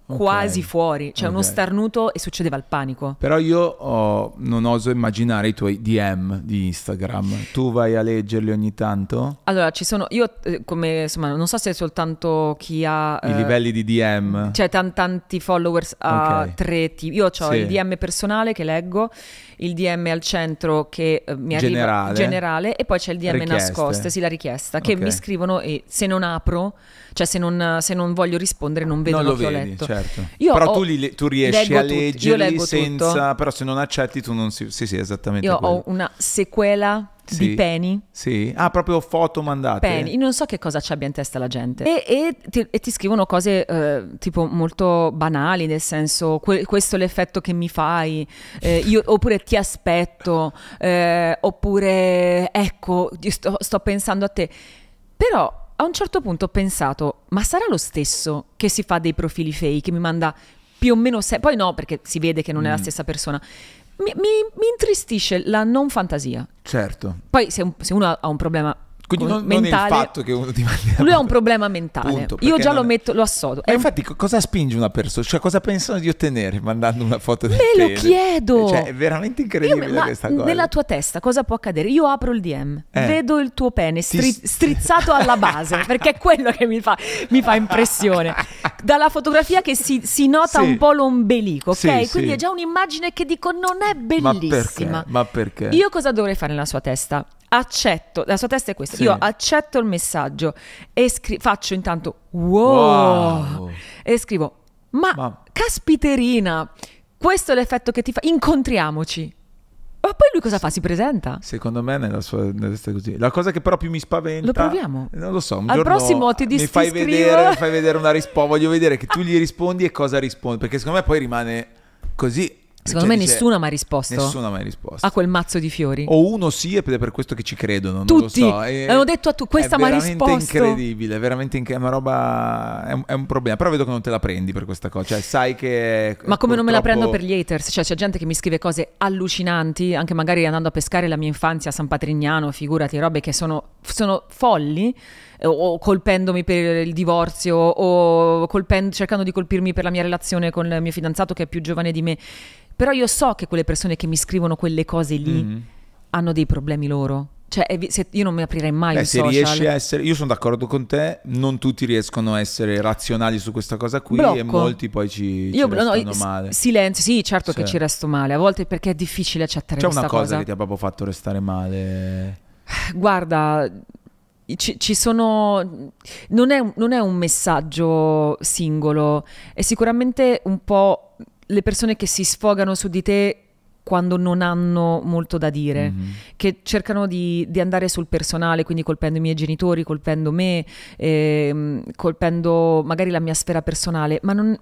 quasi fuori, cioè uno starnuto e succedeva il panico. Però io non oso immaginare i tuoi DM di Instagram. Tu vai a leggerli ogni tanto? Allora, ci sono, io come, insomma, non so se è soltanto chi ha i livelli di DM, cioè tanti followers a tre tipi. Io ho il DM personale che leggo, il DM al centro che mi arriva generale, e poi c'è il DM nascosto, la richiesta, che mi scrivono, e se non apro, cioè se non voglio rispondere non vedono che ho letto. Certo. Però tu riesci a leggerli senza tutto. Però se non accetti tu non sì esattamente io quello. ho una sequela di peni. Sì. Ah, proprio foto mandate. Peni. Io non so che cosa ci abbia in testa la gente. E ti scrivono cose tipo molto banali, nel senso questo è l'effetto che mi fai, oppure ti aspetto, oppure ecco, sto pensando a te. Però a un certo punto ho pensato, ma sarà lo stesso che si fa dei profili fake, che mi manda più o meno poi no, perché si vede che non è la stessa persona. Mi intristisce la non fantasia. Certo. Poi se uno ha un problema quindi non mentale, è il fatto che uno ti mandi. Lui ha un problema mentale. Punto, io già lo assodo. Ma infatti cosa spinge una persona? Cioè cosa pensano di ottenere mandando una foto del pene? Me lo chiedo. Cioè è veramente incredibile questa cosa. Nella tua testa cosa può accadere? Io apro il DM, vedo il tuo pene strizzato alla base, perché è quello che mi fa impressione. Dalla fotografia che si nota un po' l'ombelico, ok? Quindi è già un'immagine che dico non è bellissima. Ma perché? Io cosa dovrei fare nella sua testa? Accetto, la sua testa è questa, io accetto il messaggio e faccio intanto wow, e scrivo ma caspiterina, questo è l'effetto che ti fa, incontriamoci. Ma poi lui cosa fa? Si presenta? Secondo me nella così. La cosa che però più mi spaventa, lo proviamo? Non lo so, un al giorno prossimo mi fai vedere una risposta, voglio vedere che tu gli rispondi e cosa rispondi, perché secondo me poi rimane così. Secondo me nessuno ha mai risposto. Nessuno ha mai risposto. A quel mazzo di fiori. O uno sì, ed è per questo che ci credono. Tutti. Non lo so. Hanno detto a tu, questa mi ha risposto. È incredibile, veramente è una roba, è un problema. Però vedo che non te la prendi per questa cosa. Cioè sai che... Ma come non me la prendo per gli haters? Cioè c'è gente che mi scrive cose allucinanti, anche magari andando a pescare la mia infanzia a San Patrignano, figurati, robe che sono folli, o colpendomi per il divorzio, o cercando di colpirmi per la mia relazione con il mio fidanzato che è più giovane di me. Però io so che quelle persone che mi scrivono quelle cose lì hanno dei problemi loro. Cioè, io non mi aprirei mai un social. Riesci a essere, io sono d'accordo con te, non tutti riescono a essere razionali su questa cosa qui. Blocco. E molti poi ci restano male. Silenzio, sì, certo che ci resto male. A volte perché è difficile accettare questa cosa. C'è una cosa che ti ha proprio fatto restare male? Guarda, ci sono... Non è un messaggio singolo, è sicuramente un po' le persone che si sfogano su di te quando non hanno molto da dire, che cercano di andare sul personale, quindi colpendo i miei genitori, colpendo me, colpendo magari la mia sfera personale, ma non...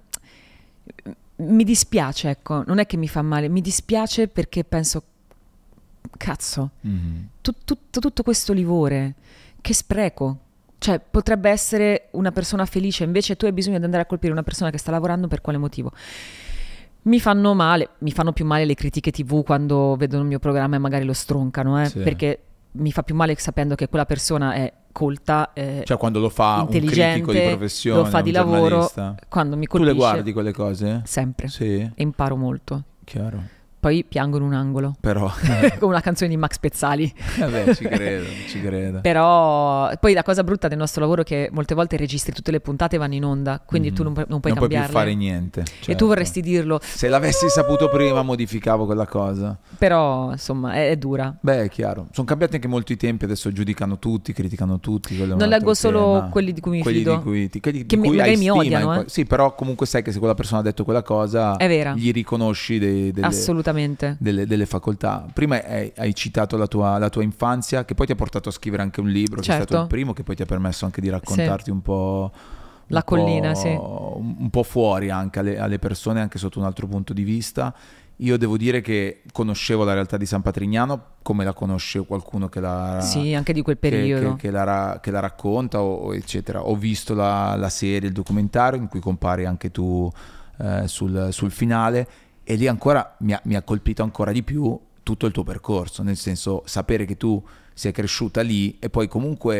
Mi dispiace, ecco, non è che mi fa male, mi dispiace perché penso, cazzo, tutto questo livore, che spreco. Cioè, potrebbe essere una persona felice, invece tu hai bisogno di andare a colpire una persona che sta lavorando per quale motivo? Mi fanno più male le critiche TV quando vedono il mio programma e magari lo stroncano, perché mi fa più male sapendo che quella persona è colta, cioè quando lo fa un critico di professione, lo fa di lavoro, quando mi colpisce. Tu le guardi quelle cose? Sempre. Sì. E imparo molto. Chiaro. Poi piango in un angolo. Però con una canzone di Max Pezzali. Vabbè, ci credo. Però poi la cosa brutta del nostro lavoro è che molte volte registri tutte le puntate e vanno in onda, quindi tu non puoi cambiarle. Non puoi più fare niente. Certo. E tu vorresti dirlo. Se l'avessi saputo prima modificavo quella cosa. Però insomma è dura. Beh, è chiaro. Sono cambiati anche molto i tempi, adesso giudicano tutti, criticano tutti. Non leggo solo quelli di cui mi fido. Che magari mi odiano. Sì, però comunque sai che se quella persona ha detto quella cosa, è vera. Gli riconosci assolutamente delle facoltà. Prima hai citato la tua infanzia, che poi ti ha portato a scrivere anche un libro, che è stato il primo, che poi ti ha permesso anche di raccontarti un po'... La collina, sì. Un po' fuori anche alle persone, anche sotto un altro punto di vista. Io devo dire che conoscevo la realtà di San Patrignano come la conosce qualcuno che la... Sì, anche di quel periodo. Che la racconta, eccetera. Ho visto la serie, il documentario in cui compari anche tu sul finale, e lì ancora mi ha colpito ancora di più tutto il tuo percorso, nel senso sapere che tu sei cresciuta lì e poi comunque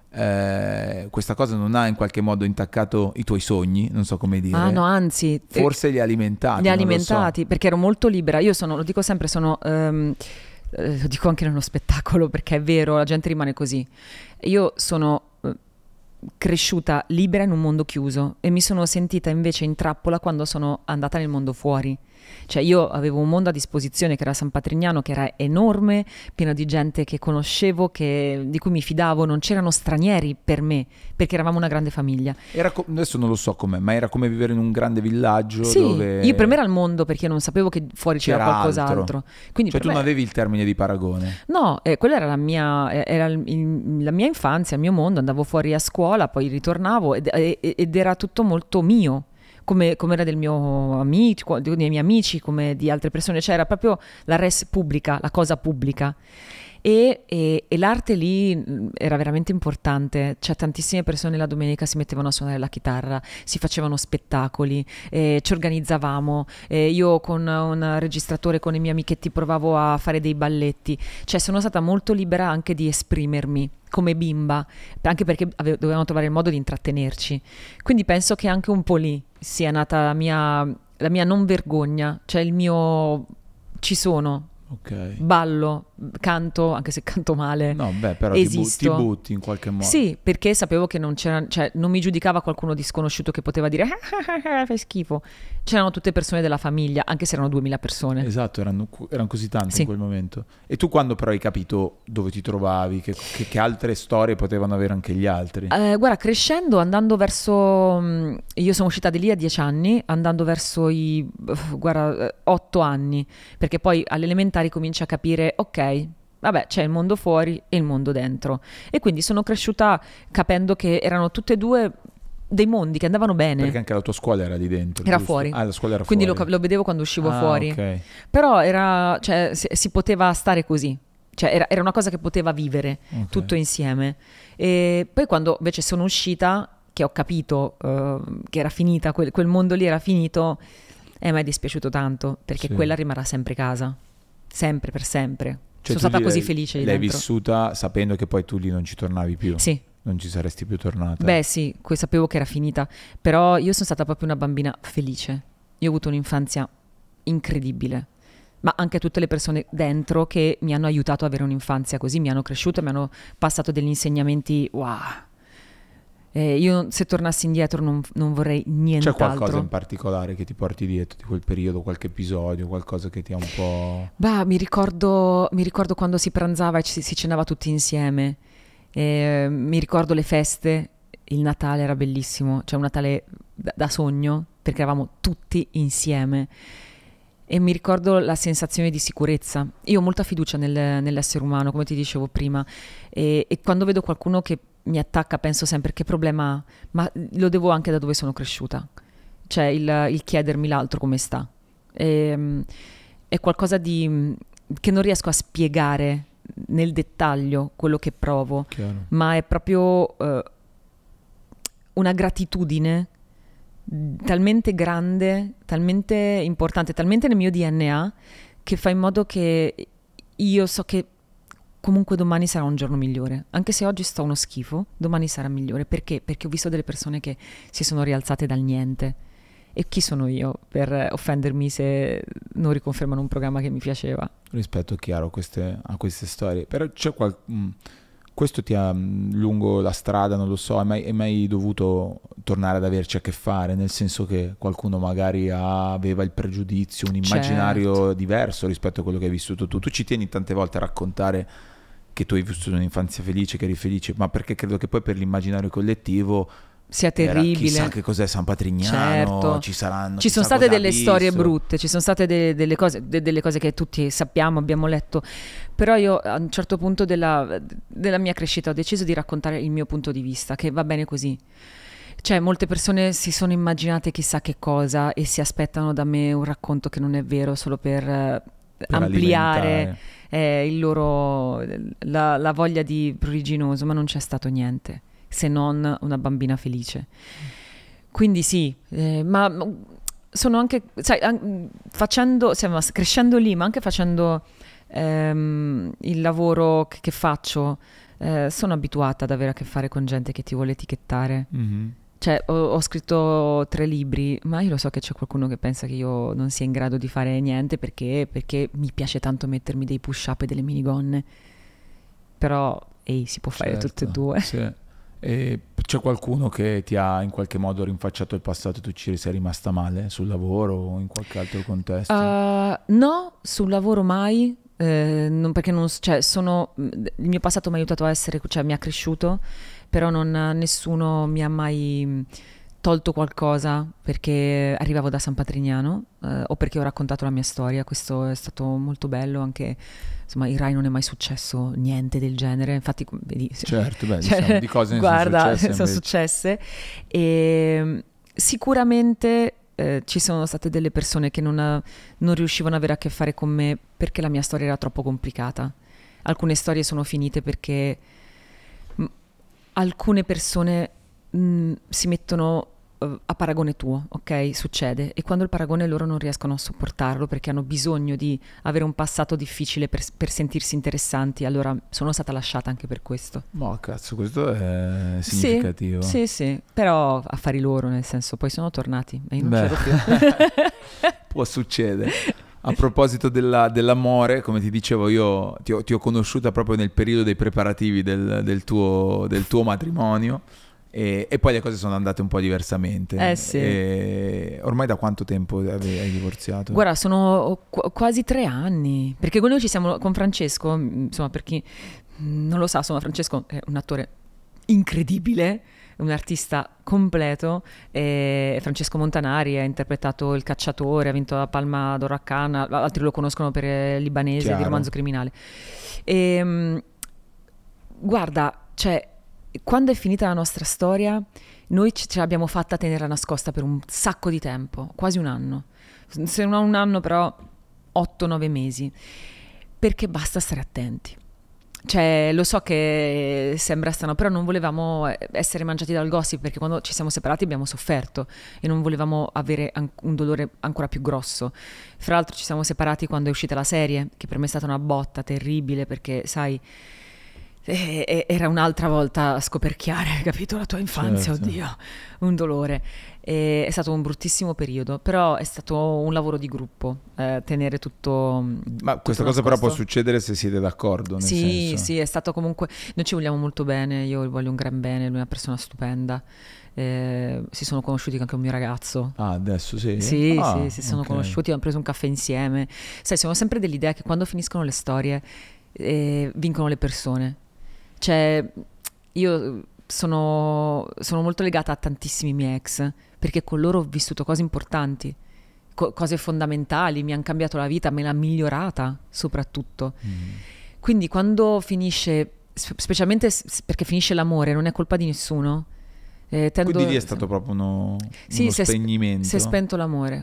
questa cosa non ha in qualche modo intaccato i tuoi sogni, non so come dire. Ah no, anzi, forse li ha alimentati. Li ha alimentati, perché ero molto libera. Io sono, lo dico sempre, lo dico anche nello spettacolo, perché è vero, la gente rimane così. Io sono cresciuta libera in un mondo chiuso e mi sono sentita invece in trappola quando sono andata nel mondo fuori. Cioè io avevo un mondo a disposizione che era San Patrignano, che era enorme, pieno di gente che conoscevo, di cui mi fidavo, non c'erano stranieri per me, perché eravamo una grande famiglia. Adesso non lo so com'è, ma era come vivere in un grande villaggio. Sì, dove io per me era il mondo, perché io non sapevo che fuori c'era qualcos'altro. Quindi cioè tu non avevi il termine di paragone? No, quella era la mia infanzia, il mio mondo, andavo fuori a scuola, poi ritornavo ed era tutto molto mio. Come era del mio amico, dei miei amici, come di altre persone, cioè era proprio la res pubblica, la cosa pubblica. E l'arte lì era veramente importante, cioè tantissime persone la domenica si mettevano a suonare la chitarra, si facevano spettacoli, ci organizzavamo, io con un registratore, con i miei amichetti provavo a fare dei balletti, cioè sono stata molto libera anche di esprimermi come bimba, anche perché dovevamo trovare il modo di intrattenerci, quindi penso che anche un po' lì sia nata la mia non vergogna, cioè il mio ci sono. Okay. Ballo, canto, anche se canto male. No, beh, però ti butti in qualche modo. Sì, perché sapevo che non c'era, cioè non mi giudicava qualcuno di sconosciuto che poteva dire fai schifo. C'erano tutte persone della famiglia, anche se erano 2000 persone. Esatto, erano così tanti sì. in quel momento. E tu quando però hai capito dove ti trovavi, che altre storie potevano avere anche gli altri? Guarda, crescendo, andando verso... io sono uscita di lì a 10 anni, andando verso 8 anni, perché poi alle elementari cominci a capire, ok, vabbè, c'è il mondo fuori e il mondo dentro. E quindi sono cresciuta capendo che erano tutte e due dei mondi che andavano bene. Perché anche la tua scuola era di dentro. Era giusto? fuori. Ah, la scuola era quindi fuori. Lo vedevo quando uscivo fuori. Okay. Però cioè, si poteva stare così. Cioè era una cosa che poteva vivere tutto insieme. E poi quando invece sono uscita, che ho capito che era finita, quel mondo lì era finito, mi è dispiaciuto tanto, perché quella rimarrà sempre casa. Sempre, per sempre. Cioè, sono stata così felice di l'hai dentro. vissuta sapendo che poi tu lì non ci tornavi più. Sì. Non ci saresti più tornata. Beh sì, sapevo che era finita, però io sono stata proprio una bambina felice. Io ho avuto un'infanzia incredibile, ma anche tutte le persone dentro che mi hanno aiutato ad avere un'infanzia così, mi hanno cresciuto, mi hanno passato degli insegnamenti, wow. Io se tornassi indietro non vorrei nient'altro. C'è qualcosa in particolare che ti porti dietro di quel periodo, qualche episodio, qualcosa che ti ha un po'... Bah, mi ricordo quando si pranzava e si cenava tutti insieme. Mi ricordo le feste, il Natale era bellissimo, cioè un Natale da sogno, perché eravamo tutti insieme. E mi ricordo la sensazione di sicurezza. Io ho molta fiducia nell'essere umano, come ti dicevo prima, e quando vedo qualcuno che mi attacca penso sempre che problema ha, ma lo devo anche da dove sono cresciuta, cioè il chiedermi l'altro come sta. È qualcosa che non riesco a spiegare nel dettaglio quello che provo. Chiaro. Ma è proprio una gratitudine talmente grande, talmente importante, talmente nel mio DNA, che fa in modo che io so che comunque domani sarà un giorno migliore. Anche se oggi sto uno schifo, domani sarà migliore. Perché? Perché ho visto delle persone che si sono rialzate dal niente. E chi sono io per offendermi se non riconfermano un programma che mi piaceva? Rispetto, chiaro, a queste storie. Però c'è questo ti ha lungo la strada, non lo so, hai mai dovuto tornare ad averci a che fare? Nel senso che qualcuno magari aveva il pregiudizio, un immaginario diverso rispetto a quello che hai vissuto tu. Tu ci tieni tante volte a raccontare che tu hai vissuto un'infanzia felice, che eri felice, ma perché credo che poi per l'immaginario collettivo sia terribile. Chissà che cos'è San Patrignano, certo. ci sono state delle storie brutte, ci sono state delle cose che tutti sappiamo, abbiamo letto, però io a un certo punto della mia crescita ho deciso di raccontare il mio punto di vista, che va bene così. Cioè molte persone si sono immaginate chissà che cosa e si aspettano da me un racconto che non è vero solo per ampliare la voglia di pruriginoso, ma non c'è stato niente se non una bambina felice. Quindi sì, ma sono anche, sai, crescendo lì, ma anche facendo il lavoro che faccio, sono abituata ad avere a che fare con gente che ti vuole etichettare. Cioè, ho scritto 3 libri, ma io lo so che c'è qualcuno che pensa che io non sia in grado di fare niente perché mi piace tanto mettermi dei push-up e delle minigonne. Però, si può fare tutte e due. Sì. E c'è qualcuno che ti ha in qualche modo rinfacciato il passato e tu ci sei rimasta male sul lavoro o in qualche altro contesto? No, sul lavoro mai. Perché il mio passato mi ha aiutato a essere, cioè mi ha cresciuto, però nessuno mi ha mai tolto qualcosa perché arrivavo da San Patrignano o perché ho raccontato la mia storia. Questo è stato molto bello, anche insomma in Rai non è mai successo niente del genere, infatti vedi, certo, diciamo, di cose ne guarda, sono successe e sicuramente ci sono state delle persone che non riuscivano ad avere a che fare con me perché la mia storia era troppo complicata. Alcune storie sono finite perché alcune persone si mettono a paragone tuo, ok? Succede. E quando il paragone loro non riescono a sopportarlo perché hanno bisogno di avere un passato difficile per sentirsi interessanti, allora sono stata lasciata anche per questo. Ma cazzo, questo è significativo. Sì, però affari loro, nel senso, poi sono tornati e io non c'ero più. Può succedere. A proposito dell'amore, come ti dicevo, io ti ho conosciuta proprio nel periodo dei preparativi del tuo matrimonio e poi le cose sono andate un po' diversamente. Sì. E ormai da quanto tempo hai divorziato? Guarda, sono quasi 3 anni, perché noi ci siamo con Francesco, insomma, per chi non lo sa, insomma, Francesco è un attore incredibile, un artista completo. Francesco Montanari ha interpretato Il Cacciatore, ha vinto la Palma d'Oro a Cannes, altri lo conoscono per Libanese. Chiaro. Di Romanzo Criminale. Guarda, cioè, quando è finita la nostra storia, noi ce l'abbiamo fatta tenerla nascosta per un sacco di tempo, quasi un anno. Se non un anno, però 8-9 mesi, perché basta stare attenti. Cioè, lo so che sembra strano, però non volevamo essere mangiati dal gossip, perché quando ci siamo separati abbiamo sofferto e non volevamo avere un dolore ancora più grosso. Fra l'altro ci siamo separati quando è uscita la serie, che per me è stata una botta terribile, perché sai, era un'altra volta scoperchiare, capito? La tua infanzia, certo. Oddio, un dolore. È stato un bruttissimo periodo, però è stato un lavoro di gruppo, tenere tutto. Ma questa cosa però può succedere se siete d'accordo, nel senso. Sì, è stato comunque. Noi ci vogliamo molto bene, io voglio un gran bene, lui è una persona stupenda. Si sono conosciuti anche un mio ragazzo. Ah, adesso sì? Sì, si sono conosciuti, hanno preso un caffè insieme. Sai, siamo sempre dell'idea che quando finiscono le storie vincono le persone. Cioè, io sono molto legata a tantissimi miei ex, perché con loro ho vissuto cose importanti, cose fondamentali, mi hanno cambiato la vita, me l'ha migliorata soprattutto. Quindi quando finisce, specialmente perché finisce l'amore, non è colpa di nessuno. Quindi lì è stato proprio uno spegnimento. Si è spento l'amore,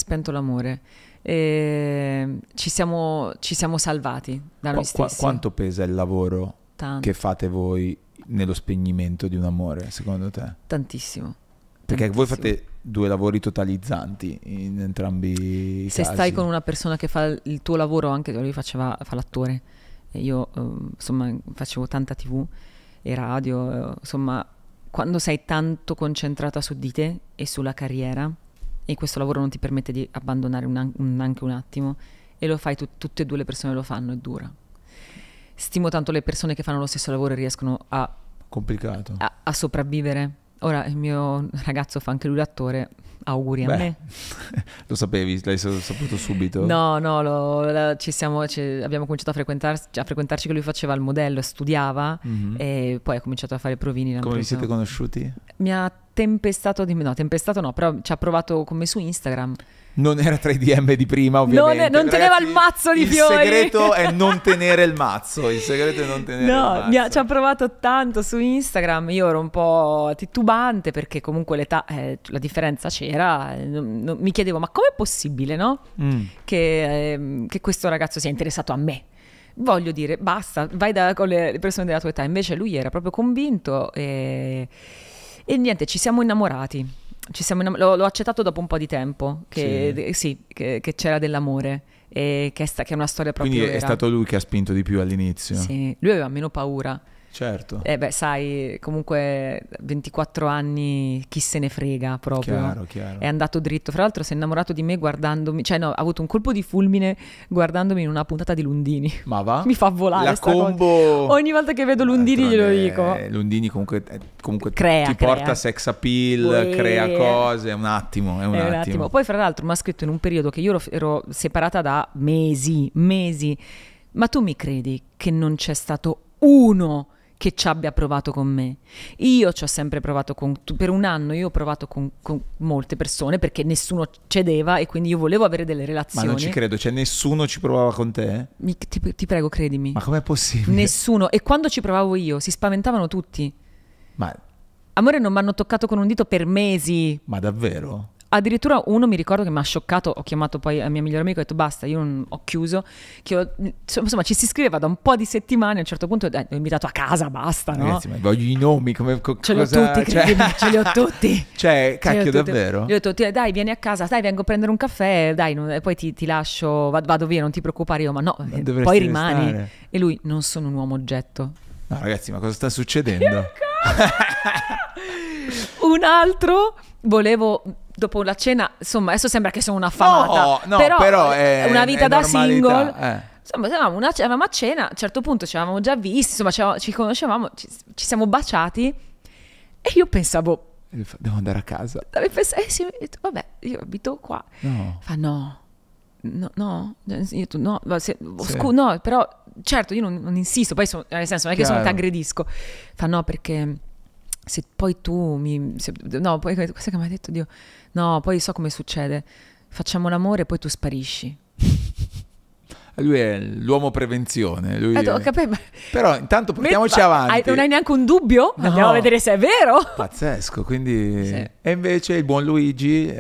ci siamo salvati da noi stessi. Quanto pesa il lavoro Tanto. Che fate voi nello spegnimento di un amore, secondo te? Tantissimo. Perché voi fate 2 lavori totalizzanti in entrambi i casi. Se stai con una persona che fa il tuo lavoro, anche lui fa l'attore, e io insomma facevo tanta TV e radio, insomma, quando sei tanto concentrata su di te e sulla carriera, e questo lavoro non ti permette di abbandonare anche un attimo, e lo fai tutte e 2 le persone lo fanno, è dura. Stimo tanto le persone che fanno lo stesso lavoro e riescono a sopravvivere. Ora il mio ragazzo fa anche lui l'attore, auguri a me. Lo sapevi? L'hai saputo subito? No, abbiamo cominciato a frequentarci che lui faceva il modello, studiava, e poi ha cominciato a fare provini. Come vi siete conosciuti? Mi ha però ci ha provato con me su Instagram. Non era tra i DM di prima, ovviamente. Non teneva il mazzo di fiori. Il segreto è non tenere il mazzo. Ci ha provato tanto su Instagram. Io ero un po' titubante perché comunque l'età, la differenza c'era. Mi chiedevo, ma com'è possibile, no? Che questo ragazzo sia interessato a me? Voglio dire, basta, vai con le persone della tua età. Invece lui era proprio convinto e niente, ci siamo innamorati. L'ho accettato dopo un po' di tempo che c'era dell'amore e che è una storia proprio quindi vera. È stato lui che ha spinto di più all'inizio. Sì, lui aveva meno paura Certo. Sai, comunque 24 anni, chi se ne frega proprio. Chiaro. È andato dritto. Fra l'altro si è innamorato di me guardandomi, cioè no, ha avuto un colpo di fulmine guardandomi in una puntata di Lundini. Ma va? Mi fa volare la sta combo... cosa. Ogni volta che vedo Lundini glielo dico. Lundini comunque crea. porta sex appeal, crea cose, è un attimo. Poi fra l'altro mi ha scritto in un periodo che io ero separata da mesi. Ma tu mi credi che non c'è stato uno che ci abbia provato con me? Io ci ho sempre provato per un anno io ho provato con molte persone perché nessuno cedeva e quindi io volevo avere delle relazioni. Ma non ci credo, cioè nessuno ci provava con te? Ti prego, credimi. Ma com'è possibile? Nessuno. E quando ci provavo io si spaventavano tutti. Ma... Amore, non mi hanno toccato con un dito per mesi. Ma davvero? Addirittura uno mi ricordo che mi ha scioccato, ho chiamato poi la mia migliore amica e ho detto basta, io non, ho chiuso, insomma ci si scriveva da un po' di settimane, a un certo punto l'ho invitato a casa, basta, no? Ragazzi, ma voglio i nomi, ce li ho tutti, credimi, ce li ho tutti. Cioè, cacchio, davvero? Io ho detto, dai, vieni a casa, dai, vengo a prendere un caffè, dai, e poi ti lascio, vado via, non ti preoccupare. Io, ma no, poi rimani. Restare. E lui, non sono un uomo oggetto. No, ragazzi, ma cosa sta succedendo? Un altro, volevo... Dopo la cena, insomma, adesso sembra che sono una affamata. No, però è una vita da normalità, single. Insomma, eravamo a cena, a un certo punto ci avevamo già visti, insomma, ci conoscevamo, ci siamo baciati e io pensavo... Devo andare a casa. Sì, vabbè, io abito qua. No. Fa no, io no, però certo io non insisto, poi nel senso non è che sono che aggredisco. Fa no, perché... Se poi tu no, poi cosa che mi ha detto Dio? No, poi so come succede. Facciamo l'amore e poi tu sparisci. Lui è l'uomo prevenzione. Però intanto portiamoci avanti. Non hai neanche un dubbio? No. Andiamo a vedere se è vero. Pazzesco, quindi... Sì. E invece il buon Luigi...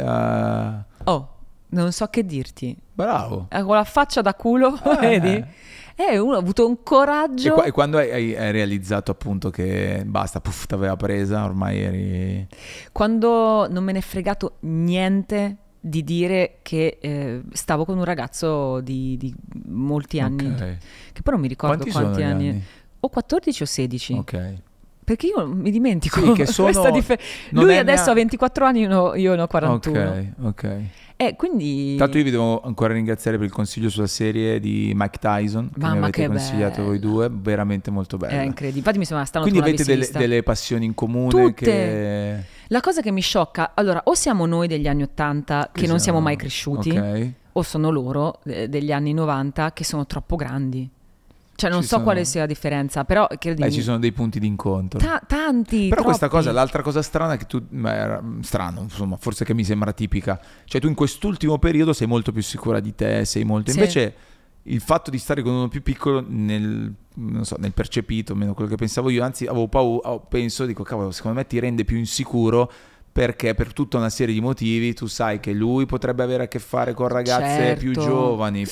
non so che dirti. Bravo. Con la faccia da culo, vedi? Uno ha avuto un coraggio. E quando hai realizzato appunto che basta, puff, t'aveva presa, ormai eri... Quando non me ne è fregato niente di dire che stavo con un ragazzo di molti anni, che poi non mi ricordo quanti anni. O 14 o 16. Ok. Perché io mi dimentico. Sì, che sono... Lui adesso ha 24 anni, io ne ho 41. Ok. Quindi... Tanto io vi devo ancora ringraziare per il consiglio sulla serie di Mike Tyson che mi avete consigliato voi due, veramente molto bella. È incredibile, infatti mi sembra strano. Quindi avete delle passioni in comune. Tutte. La cosa che mi sciocca, allora, o siamo noi degli anni 80 che non siamo mai cresciuti, o sono loro degli anni 90 che sono troppo grandi. Cioè non so quale sia la differenza, però ci sono dei punti di incontro. Tanti. Però troppi. questa cosa, l'altra cosa strana è che tu, strano, insomma, forse che mi sembra tipica. Cioè tu in quest'ultimo periodo sei molto più sicura di te, sei molto... Invece il fatto di stare con uno più piccolo nel percepito, meno quello che pensavo io, anzi avevo paura, dico, cavolo, secondo me ti rende più insicuro. Perché per tutta una serie di motivi tu sai che lui potrebbe avere a che fare con ragazze più giovani,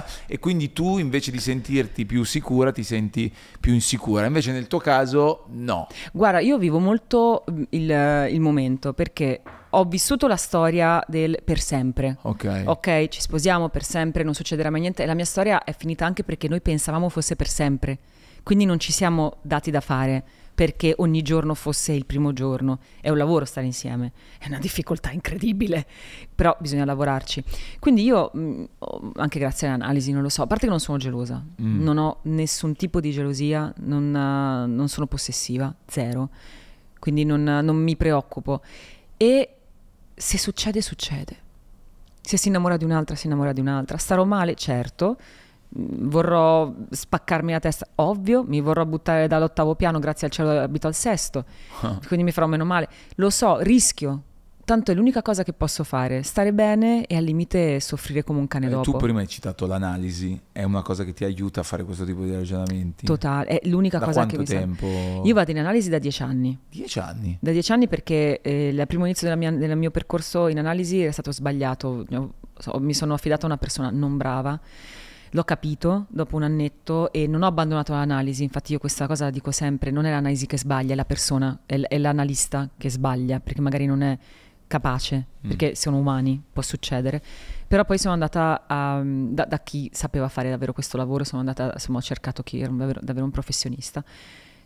e quindi tu invece di sentirti più sicura ti senti più insicura. Invece nel tuo caso no. Guarda, io vivo molto il momento perché ho vissuto la storia del per sempre. Ok, ci sposiamo per sempre, non succederà mai niente. E la mia storia è finita anche perché noi pensavamo fosse per sempre. Quindi non ci siamo dati da fare perché ogni giorno fosse il primo giorno. È un lavoro stare insieme, è una difficoltà incredibile, però bisogna lavorarci. Quindi io, anche grazie all'analisi, non lo so, a parte che non sono gelosa, non ho nessun tipo di gelosia, non sono possessiva, zero, quindi non mi preoccupo. E se succede, succede. Se si innamora di un'altra, si innamora di un'altra. Starò male, certo. Vorrò spaccarmi la testa, ovvio, mi vorrò buttare dall'8º piano, grazie al cielo abito al 6º, quindi mi farò meno male, lo so, rischio, tanto è l'unica cosa che posso fare, stare bene e al limite soffrire come un cane dopo. Tu prima hai citato l'analisi, è una cosa che ti aiuta a fare questo tipo di ragionamenti? Totale, è l'unica cosa che mi serve. Da quanto tempo? Io vado in analisi da 10 anni. 10 anni? Da 10 anni perché il primo inizio del mio percorso in analisi è stato sbagliato, mi sono affidata a una persona non brava. L'ho capito dopo un annetto e non ho abbandonato l'analisi, infatti io questa cosa la dico sempre, non è l'analisi che sbaglia, è la persona, è l'analista che sbaglia, perché magari non è capace, perché sono umani, può succedere. Però poi sono andata da chi sapeva fare davvero questo lavoro, sono andata, insomma, ho cercato chi era davvero un professionista.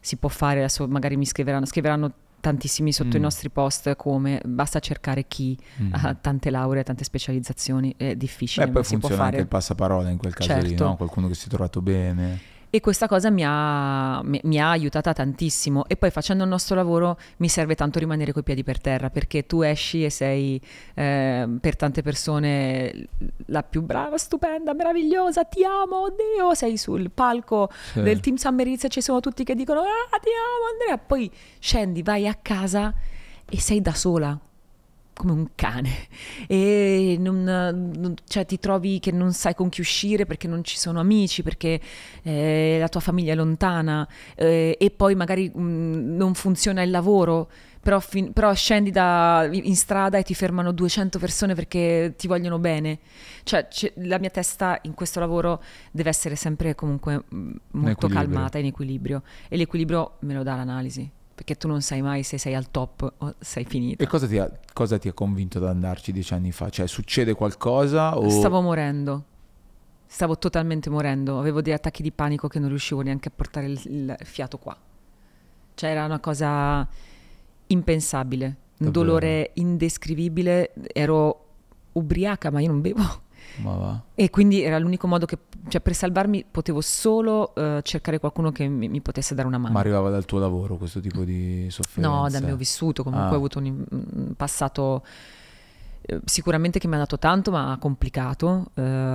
si può fare, adesso magari mi scriveranno tantissimi sotto i nostri post, come basta cercare chi ha tante lauree, tante specializzazioni, è difficile. Poi si può funziona fare anche il passaparola in quel caso lì, certo. no? Qualcuno che si è trovato bene. E questa cosa mi ha aiutata tantissimo, e poi facendo il nostro lavoro mi serve tanto rimanere coi piedi per terra, perché tu esci e sei per tante persone la più brava, stupenda, meravigliosa, ti amo, oddio, sei sul palco del Team Summerizia e ci sono tutti che dicono ah, ti amo Andrea, poi scendi, vai a casa e sei da sola come un cane, e cioè ti trovi che non sai con chi uscire perché non ci sono amici, perché la tua famiglia è lontana, e poi magari non funziona il lavoro, però scendi in strada e ti fermano 200 persone perché ti vogliono bene. Cioè la mia testa in questo lavoro deve essere sempre comunque molto calmata, in equilibrio, e l'equilibrio me lo dà l'analisi, perché tu non sai mai se sei al top o sei finita. E cosa ti ha convinto ad andarci 10 anni fa? Cioè, succede qualcosa o... Stavo morendo. Stavo totalmente morendo. Avevo degli attacchi di panico che non riuscivo neanche a portare il fiato qua. Cioè era una cosa impensabile. Un dolore indescrivibile. Ero ubriaca, ma io non bevo. Ma va. E quindi era l'unico modo che, cioè, per salvarmi potevo solo cercare qualcuno che mi potesse dare una mano. Ma arrivava dal tuo lavoro questo tipo di sofferenza? No, dal mio vissuto. Comunque ho avuto un passato sicuramente che mi ha dato tanto, ma complicato,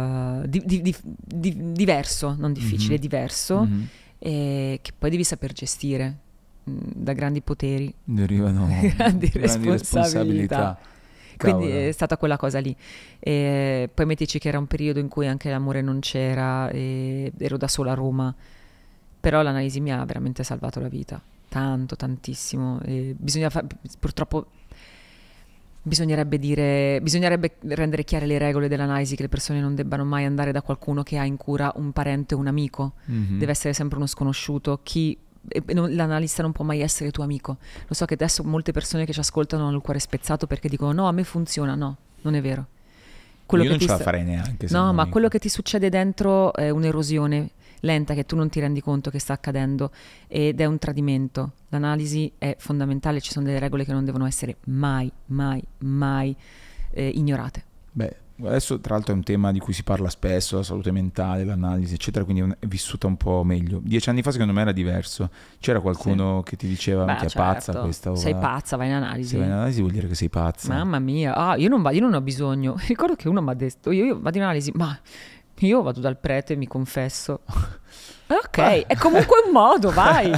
diverso, non difficile, diverso, e che poi devi saper gestire. Da grandi poteri derivano grandi responsabilità. Quindi Cavolo. è stata quella cosa lì. E poi mettici che era un periodo in cui anche l'amore non c'era, e ero da sola a Roma, però l'analisi mi ha veramente salvato la vita, tanto, tantissimo. E purtroppo bisognerebbe rendere chiare le regole dell'analisi, che le persone non debbano mai andare da qualcuno che ha in cura un parente o un amico, deve essere sempre uno sconosciuto. L'analista non può mai essere tuo amico. Lo so che adesso molte persone che ci ascoltano hanno il cuore spezzato perché dicono no, a me funziona. No, non è vero. Io non ce la farei neanche. No, ma quello che ti succede dentro è un'erosione lenta che tu non ti rendi conto che sta accadendo, ed è un tradimento. L'analisi è fondamentale, ci sono delle regole che non devono essere mai, mai, mai ignorate. Beh, adesso tra l'altro è un tema di cui si parla spesso, la salute mentale, l'analisi eccetera, quindi è vissuta un po' meglio. 10 anni fa secondo me era diverso. C'era qualcuno che ti diceva che è pazza questa? Sei pazza, vai in analisi. Se vai in analisi vuol dire che sei pazza. Mamma mia, io non ho bisogno. Ricordo che uno mi ha detto io vado in analisi, ma io vado dal prete e mi confesso. Ok, è comunque un modo, vai.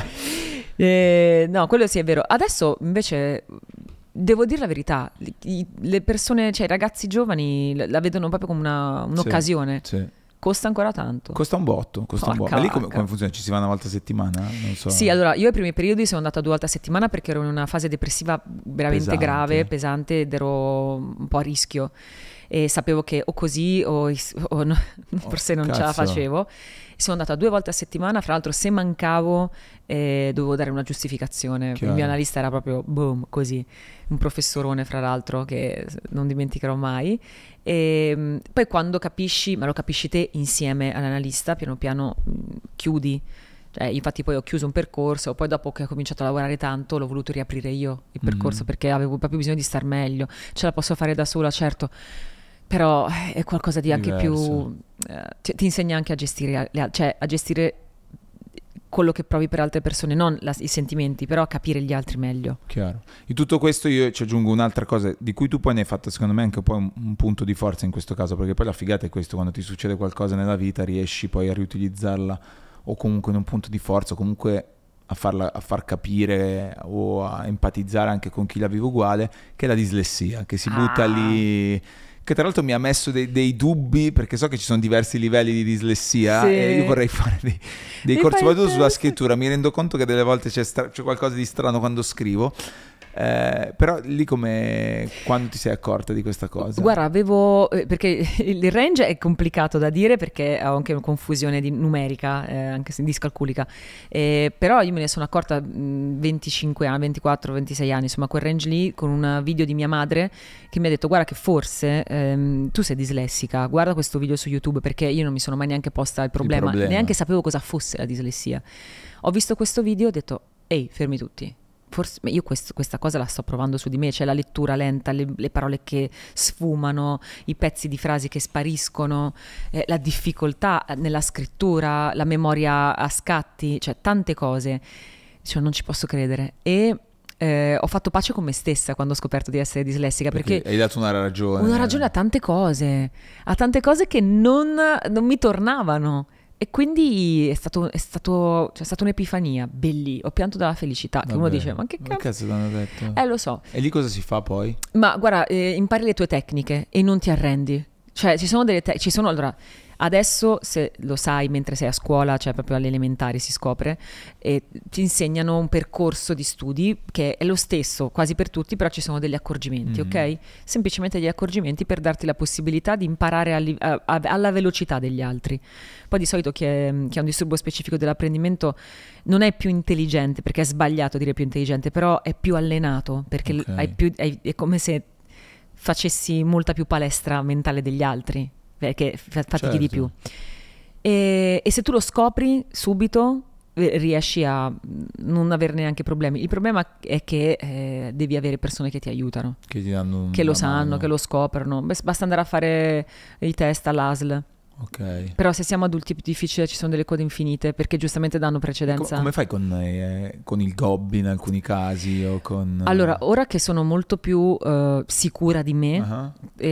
No, quello sì è vero. Adesso invece devo dire la verità, le persone, cioè i ragazzi giovani la vedono proprio come un'occasione. Sì. Costa ancora tanto. Costa un botto. Ma lì come funziona? Ci si va una volta a settimana? Non so. Sì, allora io ai primi periodi sono andata 2 volte a settimana perché ero in una fase depressiva veramente grave, pesante, ed ero un po' a rischio. E sapevo che o così o no, forse non ce la facevo. Sono andata 2 volte a settimana, fra l'altro se mancavo dovevo dare una giustificazione. Il mio analista era proprio boom, così, un professorone fra l'altro che non dimenticherò mai. E poi quando capisci, ma lo capisci te insieme all'analista, piano piano chiudi. Infatti poi ho chiuso un percorso, poi dopo che ho cominciato a lavorare tanto l'ho voluto riaprire io il percorso, perché avevo proprio bisogno di star meglio. Ce la posso fare da sola, certo, però è qualcosa di anche più ti insegna anche a gestire a gestire quello che provi per altre persone, non i sentimenti, però a capire gli altri meglio. Chiaro. In tutto questo io ci aggiungo un'altra cosa di cui tu poi ne hai fatto secondo me anche poi un punto di forza in questo caso, perché poi la figata è questo: quando ti succede qualcosa nella vita riesci poi a riutilizzarla, o comunque in un punto di forza, o comunque a far capire o a empatizzare anche con chi la vive uguale, che è la dislessia, che si butta lì, che tra l'altro mi ha messo dei dubbi, perché so che ci sono diversi livelli di dislessia, e io vorrei fare dei corsi, soprattutto sulla scrittura. Mi rendo conto che delle volte c'è qualcosa di strano quando scrivo, Però lì quando ti sei accorta di questa cosa? Guarda, avevo perché il range è complicato da dire perché ho anche una confusione numerica, anche se discalculica, però io me ne sono accorta 25 anni, 24, 26 anni, insomma quel range lì, con un video di mia madre che mi ha detto: guarda che forse tu sei dislessica, guarda questo video su YouTube, perché io non mi sono mai neanche posta il problema. Neanche sapevo cosa fosse la dislessia. Ho visto questo video e ho detto: ehi, fermi tutti. Forse io questa cosa la sto provando su di me, cioè la lettura lenta, le parole che sfumano, i pezzi di frasi che spariscono, la difficoltà nella scrittura, la memoria a scatti, cioè tante cose, cioè non ci posso credere. E ho fatto pace con me stessa quando ho scoperto di essere dislessica, perché hai dato una ragione a tante cose che non mi tornavano. E quindi è stato un'epifania, bellissima. Ho pianto dalla felicità. Che uno dice: ma che cazzo ti hanno detto? Lo so. E lì cosa si fa poi? Ma guarda, impari le tue tecniche e non ti arrendi. Cioè, ci sono allora, adesso, se lo sai, mentre sei a scuola, cioè proprio alle elementari si scopre, ti insegnano un percorso di studi che è lo stesso quasi per tutti, però ci sono degli accorgimenti, ok? Semplicemente degli accorgimenti per darti la possibilità di imparare alla velocità degli altri. Poi di solito chi ha un disturbo specifico dell'apprendimento non è più intelligente, perché è sbagliato dire più intelligente, però è più allenato, perché è come se facessi molta più palestra mentale degli altri, perché fatichi di più. E se tu lo scopri subito, riesci a non avere neanche problemi. Il problema è che devi avere persone che ti aiutano, che ti danno che lo sanno, che lo scoprono. Basta andare a fare i test all'ASL. Okay. Però se siamo adulti è più difficile, ci sono delle code infinite, perché giustamente danno precedenza. Come fai con il Gobbi in alcuni casi o con... Allora, ora che sono molto più sicura di me,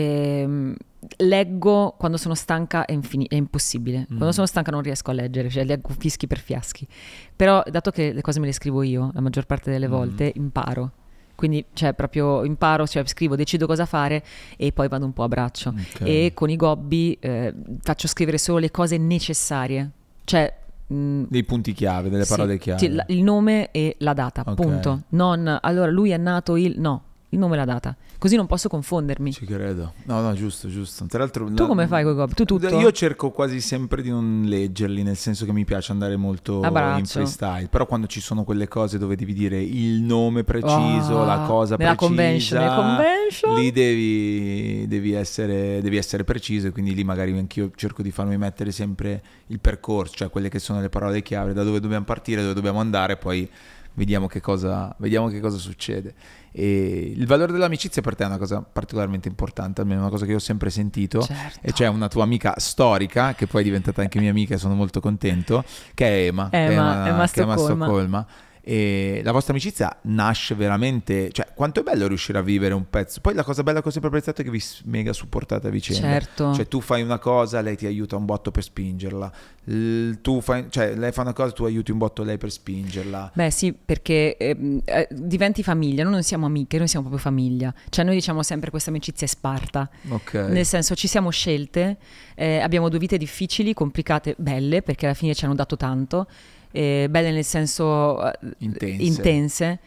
leggo quando sono stanca, è impossibile. Quando sono stanca non riesco a leggere, cioè leggo fischi per fiaschi. Però dato che le cose me le scrivo io la maggior parte delle volte, imparo. Quindi cioè proprio imparo, cioè scrivo, decido cosa fare e poi vado un po' a braccio. E con i Gobbi faccio scrivere solo le cose necessarie, cioè dei punti chiave, delle parole chiave, il nome e la data, punto. Non allora lui è nato il nome e la data, così non posso confondermi. Ci credo. No, giusto. Tra l'altro, tu come fai con i Gobbi? Tu tutto? Io cerco quasi sempre di non leggerli, nel senso che mi piace andare molto in freestyle, però quando ci sono quelle cose dove devi dire il nome preciso, la cosa nella precisa, convention, lì devi essere preciso, e quindi lì magari anch'io cerco di farmi mettere sempre il percorso, cioè quelle che sono le parole chiave, da dove dobbiamo partire, dove dobbiamo andare, poi vediamo che cosa succede. E il valore dell'amicizia per te è una cosa particolarmente importante, almeno una cosa che io ho sempre sentito. Certo. E c'è una tua amica storica, che poi è diventata anche mia amica e sono molto contento, che è Emma Stoccolma. E la vostra amicizia nasce veramente, cioè quanto è bello riuscire a vivere un pezzo. Poi la cosa bella che ho sempre apprezzato è che vi mega supportate a vicenda. Certo. Cioè tu fai una cosa, lei ti aiuta un botto per spingerla, lei fa una cosa, tu aiuti un botto lei per spingerla. Beh sì, perché diventi famiglia. Noi non siamo amiche, noi siamo proprio famiglia. Cioè noi diciamo sempre questa amicizia è sparta, nel senso ci siamo scelte, abbiamo 2 vite difficili, complicate, belle, perché alla fine ci hanno dato tanto, belle nel senso intense.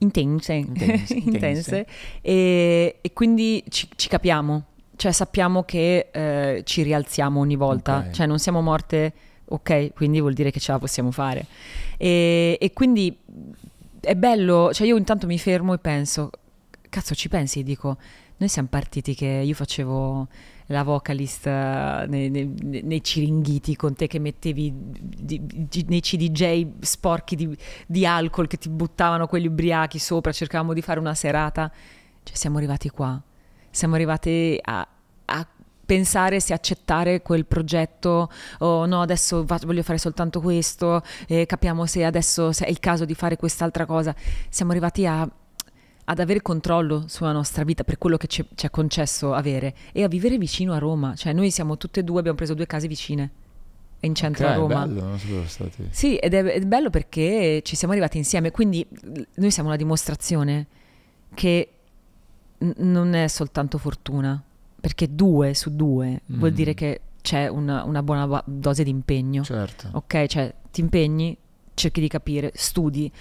E quindi ci capiamo, cioè sappiamo che ci rialziamo ogni volta, cioè non siamo morte, ok, quindi vuol dire che ce la possiamo fare, e quindi è bello, cioè io intanto mi fermo e penso, cazzo, ci pensi? Dico, noi siamo partiti che io facevo la vocalist nei ciringhiti con te, che mettevi nei CDJ sporchi di alcol, che ti buttavano quelli ubriachi sopra, cercavamo di fare una serata, cioè siamo arrivati qua, siamo arrivati a pensare se accettare quel progetto o no, adesso voglio fare soltanto questo, capiamo se adesso è il caso di fare quest'altra cosa. Siamo arrivati ad avere controllo sulla nostra vita, per quello che ci è concesso avere, e a vivere vicino a Roma. Cioè noi siamo tutte e due, abbiamo preso 2 case vicine in centro a Roma. Bello, non sapevo stati. Sì, ed è bello perché ci siamo arrivati insieme, quindi noi siamo una dimostrazione che non è soltanto fortuna, perché 2 su 2 vuol dire che c'è una buona dose di impegno. Certo. Ok, cioè ti impegni, cerchi di capire, studi,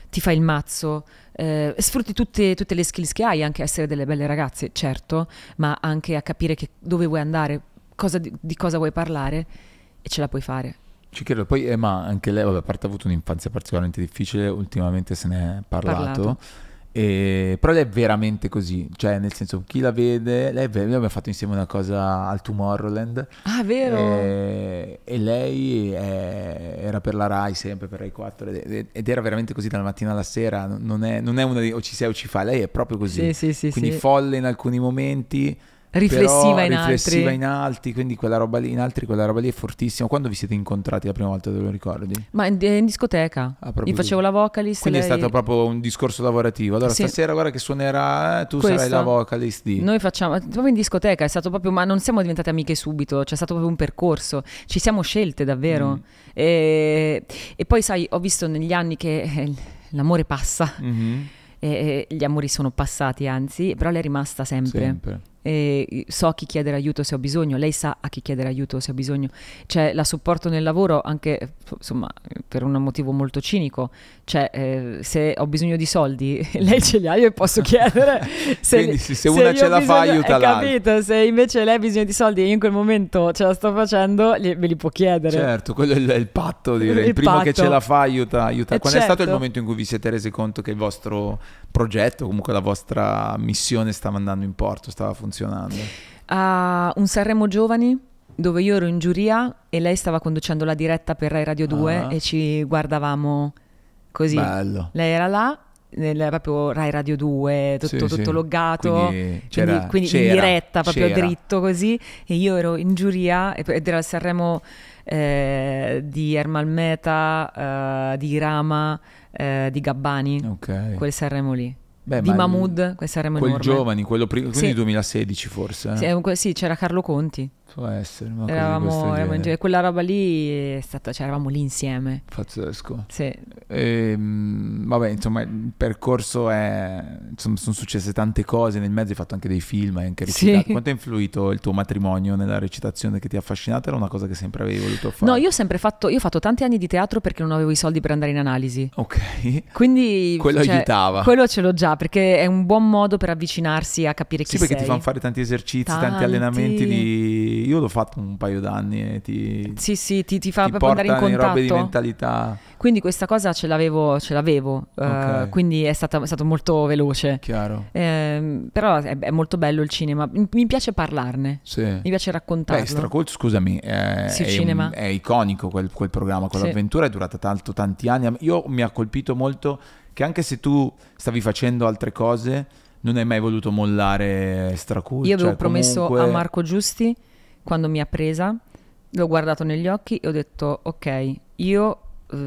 ti fai il mazzo, sfrutti tutte le skills che hai, anche a essere delle belle ragazze, certo, ma anche a capire dove vuoi andare, di cosa vuoi parlare, e ce la puoi fare. Ci credo. Poi ma anche lei, vabbè, a parte ha avuto un'infanzia particolarmente difficile, ultimamente se ne è parlato. Però lei è veramente così, cioè nel senso, chi la vede, noi abbiamo fatto insieme una cosa al Tomorrowland. Ah, vero? E lei era per la Rai, sempre per Rai 4, ed era veramente così dalla mattina alla sera, non è una di o ci sei o ci fai, lei è proprio così, quindi folle in alcuni momenti, riflessiva in altri, quindi quella roba lì è fortissima. Quando vi siete incontrati la prima volta, te lo ricordi? Ma in discoteca. Io facevo la vocalist. Quindi lei... è stato proprio un discorso lavorativo. Allora stasera guarda che suonerà, tu sarai la vocalist di... Noi facciamo proprio in discoteca, è stato proprio, ma non siamo diventate amiche subito, c'è stato proprio un percorso, ci siamo scelte davvero. E poi sai, ho visto negli anni che l'amore passa. E gli amori sono passati, anzi, però lei è rimasta sempre. E so a chi chiedere aiuto se ho bisogno, lei sa a chi chiedere aiuto se ho bisogno, cioè la supporto nel lavoro anche, insomma, per un motivo molto cinico, cioè se ho bisogno di soldi lei ce li ha, io posso chiedere. Quindi se una ce la fa aiuta l'altra, capito? Se invece lei ha bisogno di soldi e io in quel momento ce la sto facendo, me li può chiedere. Certo, quello è il patto, direi. Il primo che ce la fa aiuta. Quando è stato il momento in cui vi siete resi conto che il vostro progetto, comunque la vostra missione stava andando in porto, stava funzionando? A un Sanremo Giovani, dove io ero in giuria e lei stava conducendo la diretta per Rai Radio 2 e ci guardavamo così. Bello. Lei era là, proprio Rai Radio 2, tutto loggato, quindi in diretta, proprio dritto così, e io ero in giuria ed era il Sanremo di Ermal Meta, di Irama, di Gabbani, quel Sanremo lì. Di Mahmood, quel Sanremo enorme. Quel Giovani, quello prima, quindi 2016 forse. Sì, c'era Carlo Conti. Può essere, eravamo quella roba lì è stata, cioè eravamo lì insieme. Pazzesco. Sì. Vabbè, insomma, il percorso insomma, sono successe tante cose nel mezzo, hai fatto anche dei film, hai anche recitato. Sì. Quanto ha influito il tuo matrimonio nella recitazione che ti ha affascinato? Era una cosa che sempre avevi voluto fare? No, io ho fatto tanti anni di teatro perché non avevo i soldi per andare in analisi. Ok. Quindi quello aiutava. Quello ce l'ho già, perché è un buon modo per avvicinarsi a capire chi sei. Sì, perché ti fanno fare tanti esercizi, tanti allenamenti io l'ho fatto un paio d'anni e ti fa proprio andare in contatto. Robe di mentalità. Quindi questa cosa ce l'avevo, okay. Quindi è stato molto veloce. Chiaro. Però è molto bello il cinema, mi piace parlarne, mi piace raccontarlo. Stracult, scusami, è iconico quel programma, quell'avventura è durata tanti anni. Io mi ha colpito molto che anche se tu stavi facendo altre cose non hai mai voluto mollare Stracult. Io avevo promesso a Marco Giusti, quando mi ha presa, l'ho guardato negli occhi e ho detto ok, io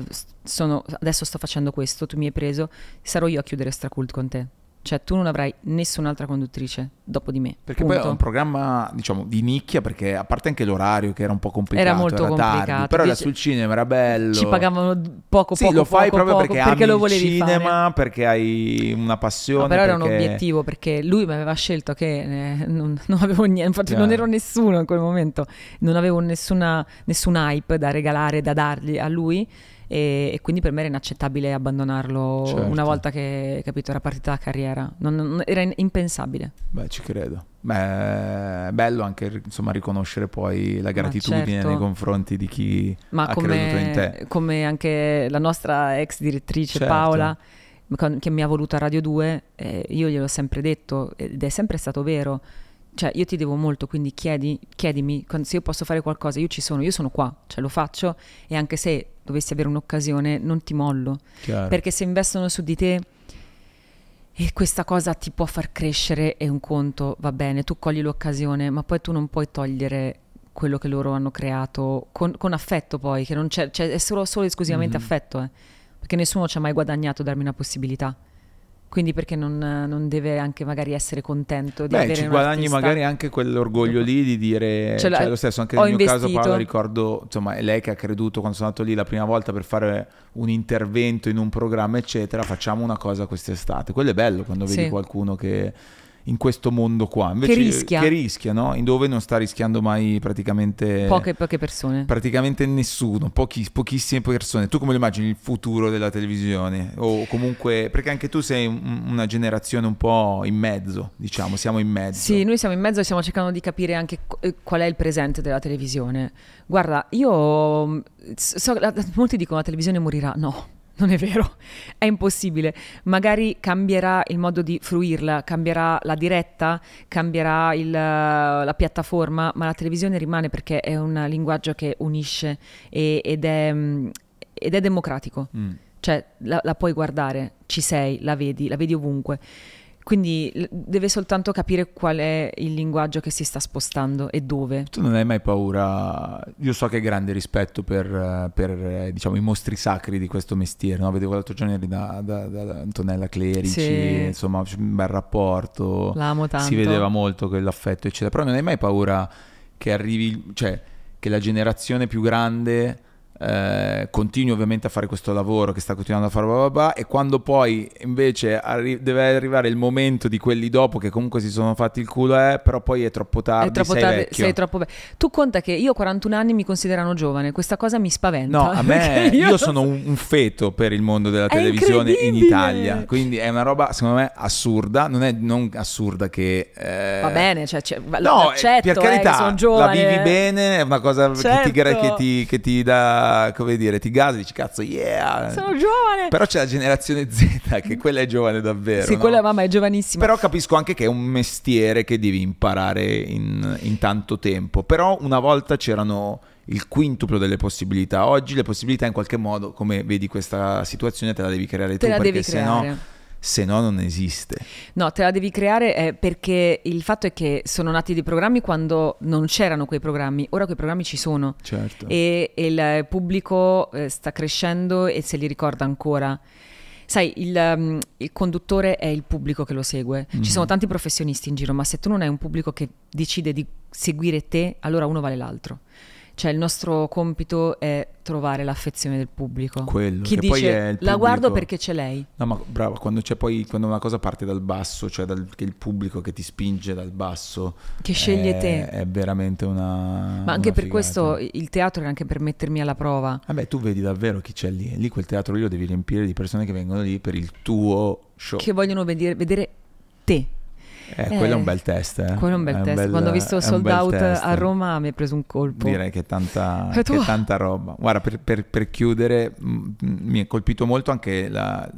adesso sto facendo questo, tu mi hai preso, sarò io a chiudere Stracult con te. Cioè tu non avrai nessun'altra conduttrice dopo di me. Perché punto. Poi è un programma, diciamo, di nicchia, perché a parte anche l'orario che era un po' complicato, era molto complicato, tardi, però era sul cinema, era bello. Ci pagavano poco. Sì, lo fai proprio perché ami lo il volevi cinema, fare. perché hai una passione. No, però perché... era un obiettivo, perché lui mi aveva scelto che non avevo niente, infatti non ero nessuno in quel momento, non avevo nessun hype da regalare, da dargli a lui. E quindi per me era inaccettabile abbandonarlo, certo. Una volta che, capito, era partita la carriera, era impensabile. Beh, ci credo. Beh, è bello anche, insomma, riconoscere poi la gratitudine, certo, nei confronti di chi ha creduto in te. Come anche la nostra ex direttrice, certo, Paola, che mi ha voluto a Radio 2, io gliel'ho sempre detto ed è sempre stato vero. Cioè io ti devo molto, quindi chiedimi se io posso fare qualcosa, io sono qua, cioè lo faccio, e anche se dovessi avere un'occasione non ti mollo. Chiaro. Perché se investono su di te e questa cosa ti può far crescere, è un conto, va bene, tu cogli l'occasione, ma poi tu non puoi togliere quello che loro hanno creato con affetto, poi che non c'è, cioè è solo esclusivamente affetto, perché nessuno ci ha mai guadagnato darmi una possibilità. Quindi perché non deve anche magari essere contento di avere ci un guadagni artista? magari anche quell'orgoglio lì di dire, cioè lo stesso anche nel mio caso Paola, ricordo, insomma, è lei che ha creduto quando sono andato lì la prima volta per fare un intervento in un programma eccetera, facciamo una cosa quest'estate, quello è bello quando vedi qualcuno che in questo mondo qua. Invece, che rischia, no? In dove non sta rischiando mai praticamente... Poche persone. Praticamente nessuno, pochissime persone. Tu come lo immagini il futuro della televisione? O comunque, perché anche tu sei una generazione un po' in mezzo, diciamo, siamo in mezzo. Sì, noi siamo in mezzo e stiamo cercando di capire anche qual è il presente della televisione. Guarda, io molti dicono la televisione morirà. No, non è vero, è impossibile. Magari cambierà il modo di fruirla, cambierà la diretta, cambierà la piattaforma, ma la televisione rimane perché è un linguaggio che unisce ed è democratico. Cioè la puoi guardare, ci sei, la vedi ovunque. Quindi deve soltanto capire qual è il linguaggio che si sta spostando e dove. Tu non hai mai paura? Io so che hai grande rispetto per diciamo, i mostri sacri di questo mestiere, no? Vedevo l'altro giorno eri da Antonella Clerici, sì. Insomma, un bel rapporto. L'amo tanto. Si vedeva molto quell'affetto, eccetera. Però non hai mai paura che arrivi, cioè che la generazione più grande... continui ovviamente a fare questo lavoro che sta continuando a fare e quando poi invece deve arrivare il momento di quelli dopo che comunque si sono fatti il culo però poi è troppo tardi, sei vecchio. Tu conta che io ho 41 anni, mi considerano giovane, questa cosa mi spaventa. No, a me io sono un feto per il mondo della televisione in Italia, quindi è una roba secondo me assurda, non assurda che va bene, cioè, no, accetto, per carità, sono giovane, la vivi bene, è una cosa certo. che ti dà, come dire, ti gasi, dici cazzo, sono giovane. Però c'è la generazione Z che quella è giovane davvero. Sì, no? quella mamma è giovanissima. Però capisco anche che è un mestiere che devi imparare in tanto tempo. Però una volta c'erano il quintuplo delle possibilità. Oggi le possibilità in qualche modo, come vedi questa situazione, te la devi creare tu, perché se no non esiste. No, te la devi creare perché il fatto è che sono nati dei programmi quando non c'erano quei programmi, ora quei programmi ci sono. Certo. E il pubblico sta crescendo e se li ricorda ancora. Sai, il conduttore è il pubblico che lo segue. Ci sono tanti professionisti in giro, ma se tu non hai un pubblico che decide di seguire te, allora uno vale l'altro. Cioè il nostro compito è trovare l'affezione del pubblico. Quello, chi che dice poi è il la pubblico. Guardo perché c'è lei. No, ma brava, quando una cosa parte dal basso, cioè che il pubblico che ti spinge dal basso, che sceglie te, è veramente una ma anche una per figata. Questo il teatro è anche per mettermi alla prova. Vabbè, tu vedi davvero chi c'è lì. Lì quel teatro lì lo devi riempire di persone che vengono lì per il tuo show, che vogliono vedere te. Quello è un bel test. Quello è un bel test. Quando ho visto Sold Out a Roma mi è preso un colpo. Direi che è tanta roba. Guarda, per chiudere, mi è colpito molto anche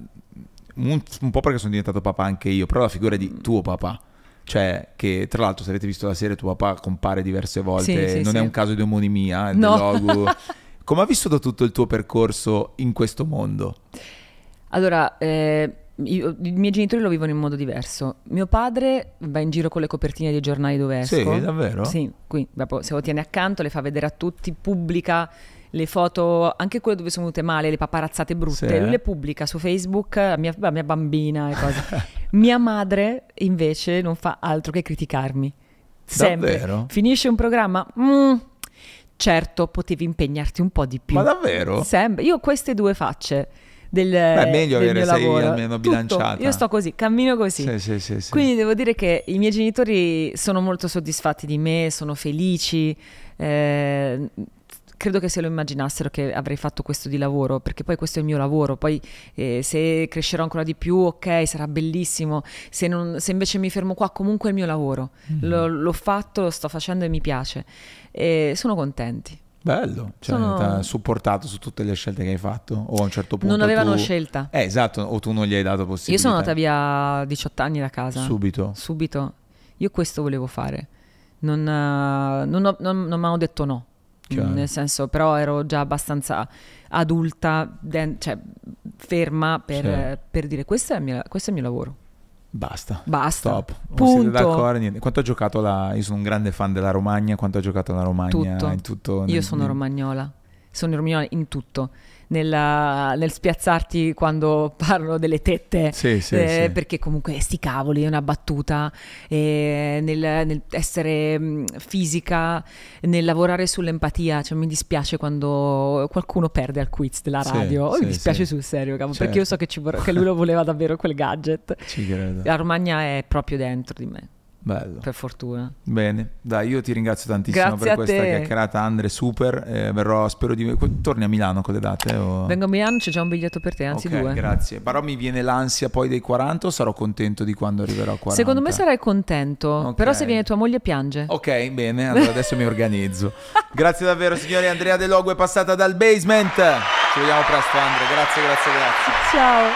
un po' perché sono diventato papà anche io, però la figura di tuo papà. Cioè, che tra l'altro, se avete visto la serie, tuo papà compare diverse volte, sì, non è un caso di omonimia, è no. del logo. Come ha vissuto tutto il tuo percorso in questo mondo? Allora, i miei genitori lo vivono in modo diverso. Mio padre va in giro con le copertine dei giornali dove esco. Sì, davvero? Sì, qui se lo tiene accanto, le fa vedere a tutti, pubblica le foto, anche quelle dove sono venute male, le paparazzate brutte, sì. Lui le pubblica su Facebook, la mia bambina e cose. Mia madre invece non fa altro che criticarmi. Sempre. Davvero? Finisce un programma, certo, potevi impegnarti un po' di più. Ma davvero? Sempre. Io ho queste due facce. Meglio del avere mio lavoro. Almeno bilanciata. Io sto così, cammino così. Sì. Quindi devo dire che i miei genitori sono molto soddisfatti di me, sono felici. Credo che se lo immaginassero che avrei fatto questo di lavoro, perché poi questo è il mio lavoro. Poi se crescerò ancora di più, ok, sarà bellissimo. Se invece mi fermo qua, comunque è il mio lavoro. L'ho fatto, lo sto facendo e mi piace. E sono contenti. Bello, cioè ti ha supportato su tutte le scelte che hai fatto, o a un certo punto non avevano scelta. Esatto, o tu non gli hai dato possibilità. Io sono andata via a 18 anni da casa. Subito. Io questo volevo fare. Non mi hanno detto no. Chiaro. Nel senso, però ero già abbastanza adulta, cioè ferma per dire questo è il mio lavoro. Basta. Top. Punto. Siete d'accordo? Niente. Quanto ha giocato io sono un grande fan della Romagna. Quanto ha giocato la Romagna? Tutto. Io sono romagnola. sono romagnolo in tutto. Nel spiazzarti quando parlano delle tette, sì. perché comunque sti cavoli è una battuta, nel essere fisica, nel lavorare sull'empatia. Cioè mi dispiace quando qualcuno perde al quiz della radio, mi dispiace sul serio, cavolo, perché io so che lui lo voleva davvero quel gadget. Ci credo. La Romagna è proprio dentro di me. Bello. Per fortuna. Bene, dai, io ti ringrazio tantissimo. Grazie per a questa te. chiacchierata, Andre, super. Verrò, spero di... Torni a Milano con le date? O... Vengo a Milano, c'è già un biglietto per te, anzi ok, 2. Grazie. Però mi viene l'ansia poi dei 40 o sarò contento di quando arriverò a 40? Secondo me sarai contento, Ok. però se viene tua moglie piange. Ok, bene, allora adesso mi organizzo. Grazie davvero, signori. Andrea De Logo è passata dal basement. Ci vediamo presto, Andre. Grazie. Ciao.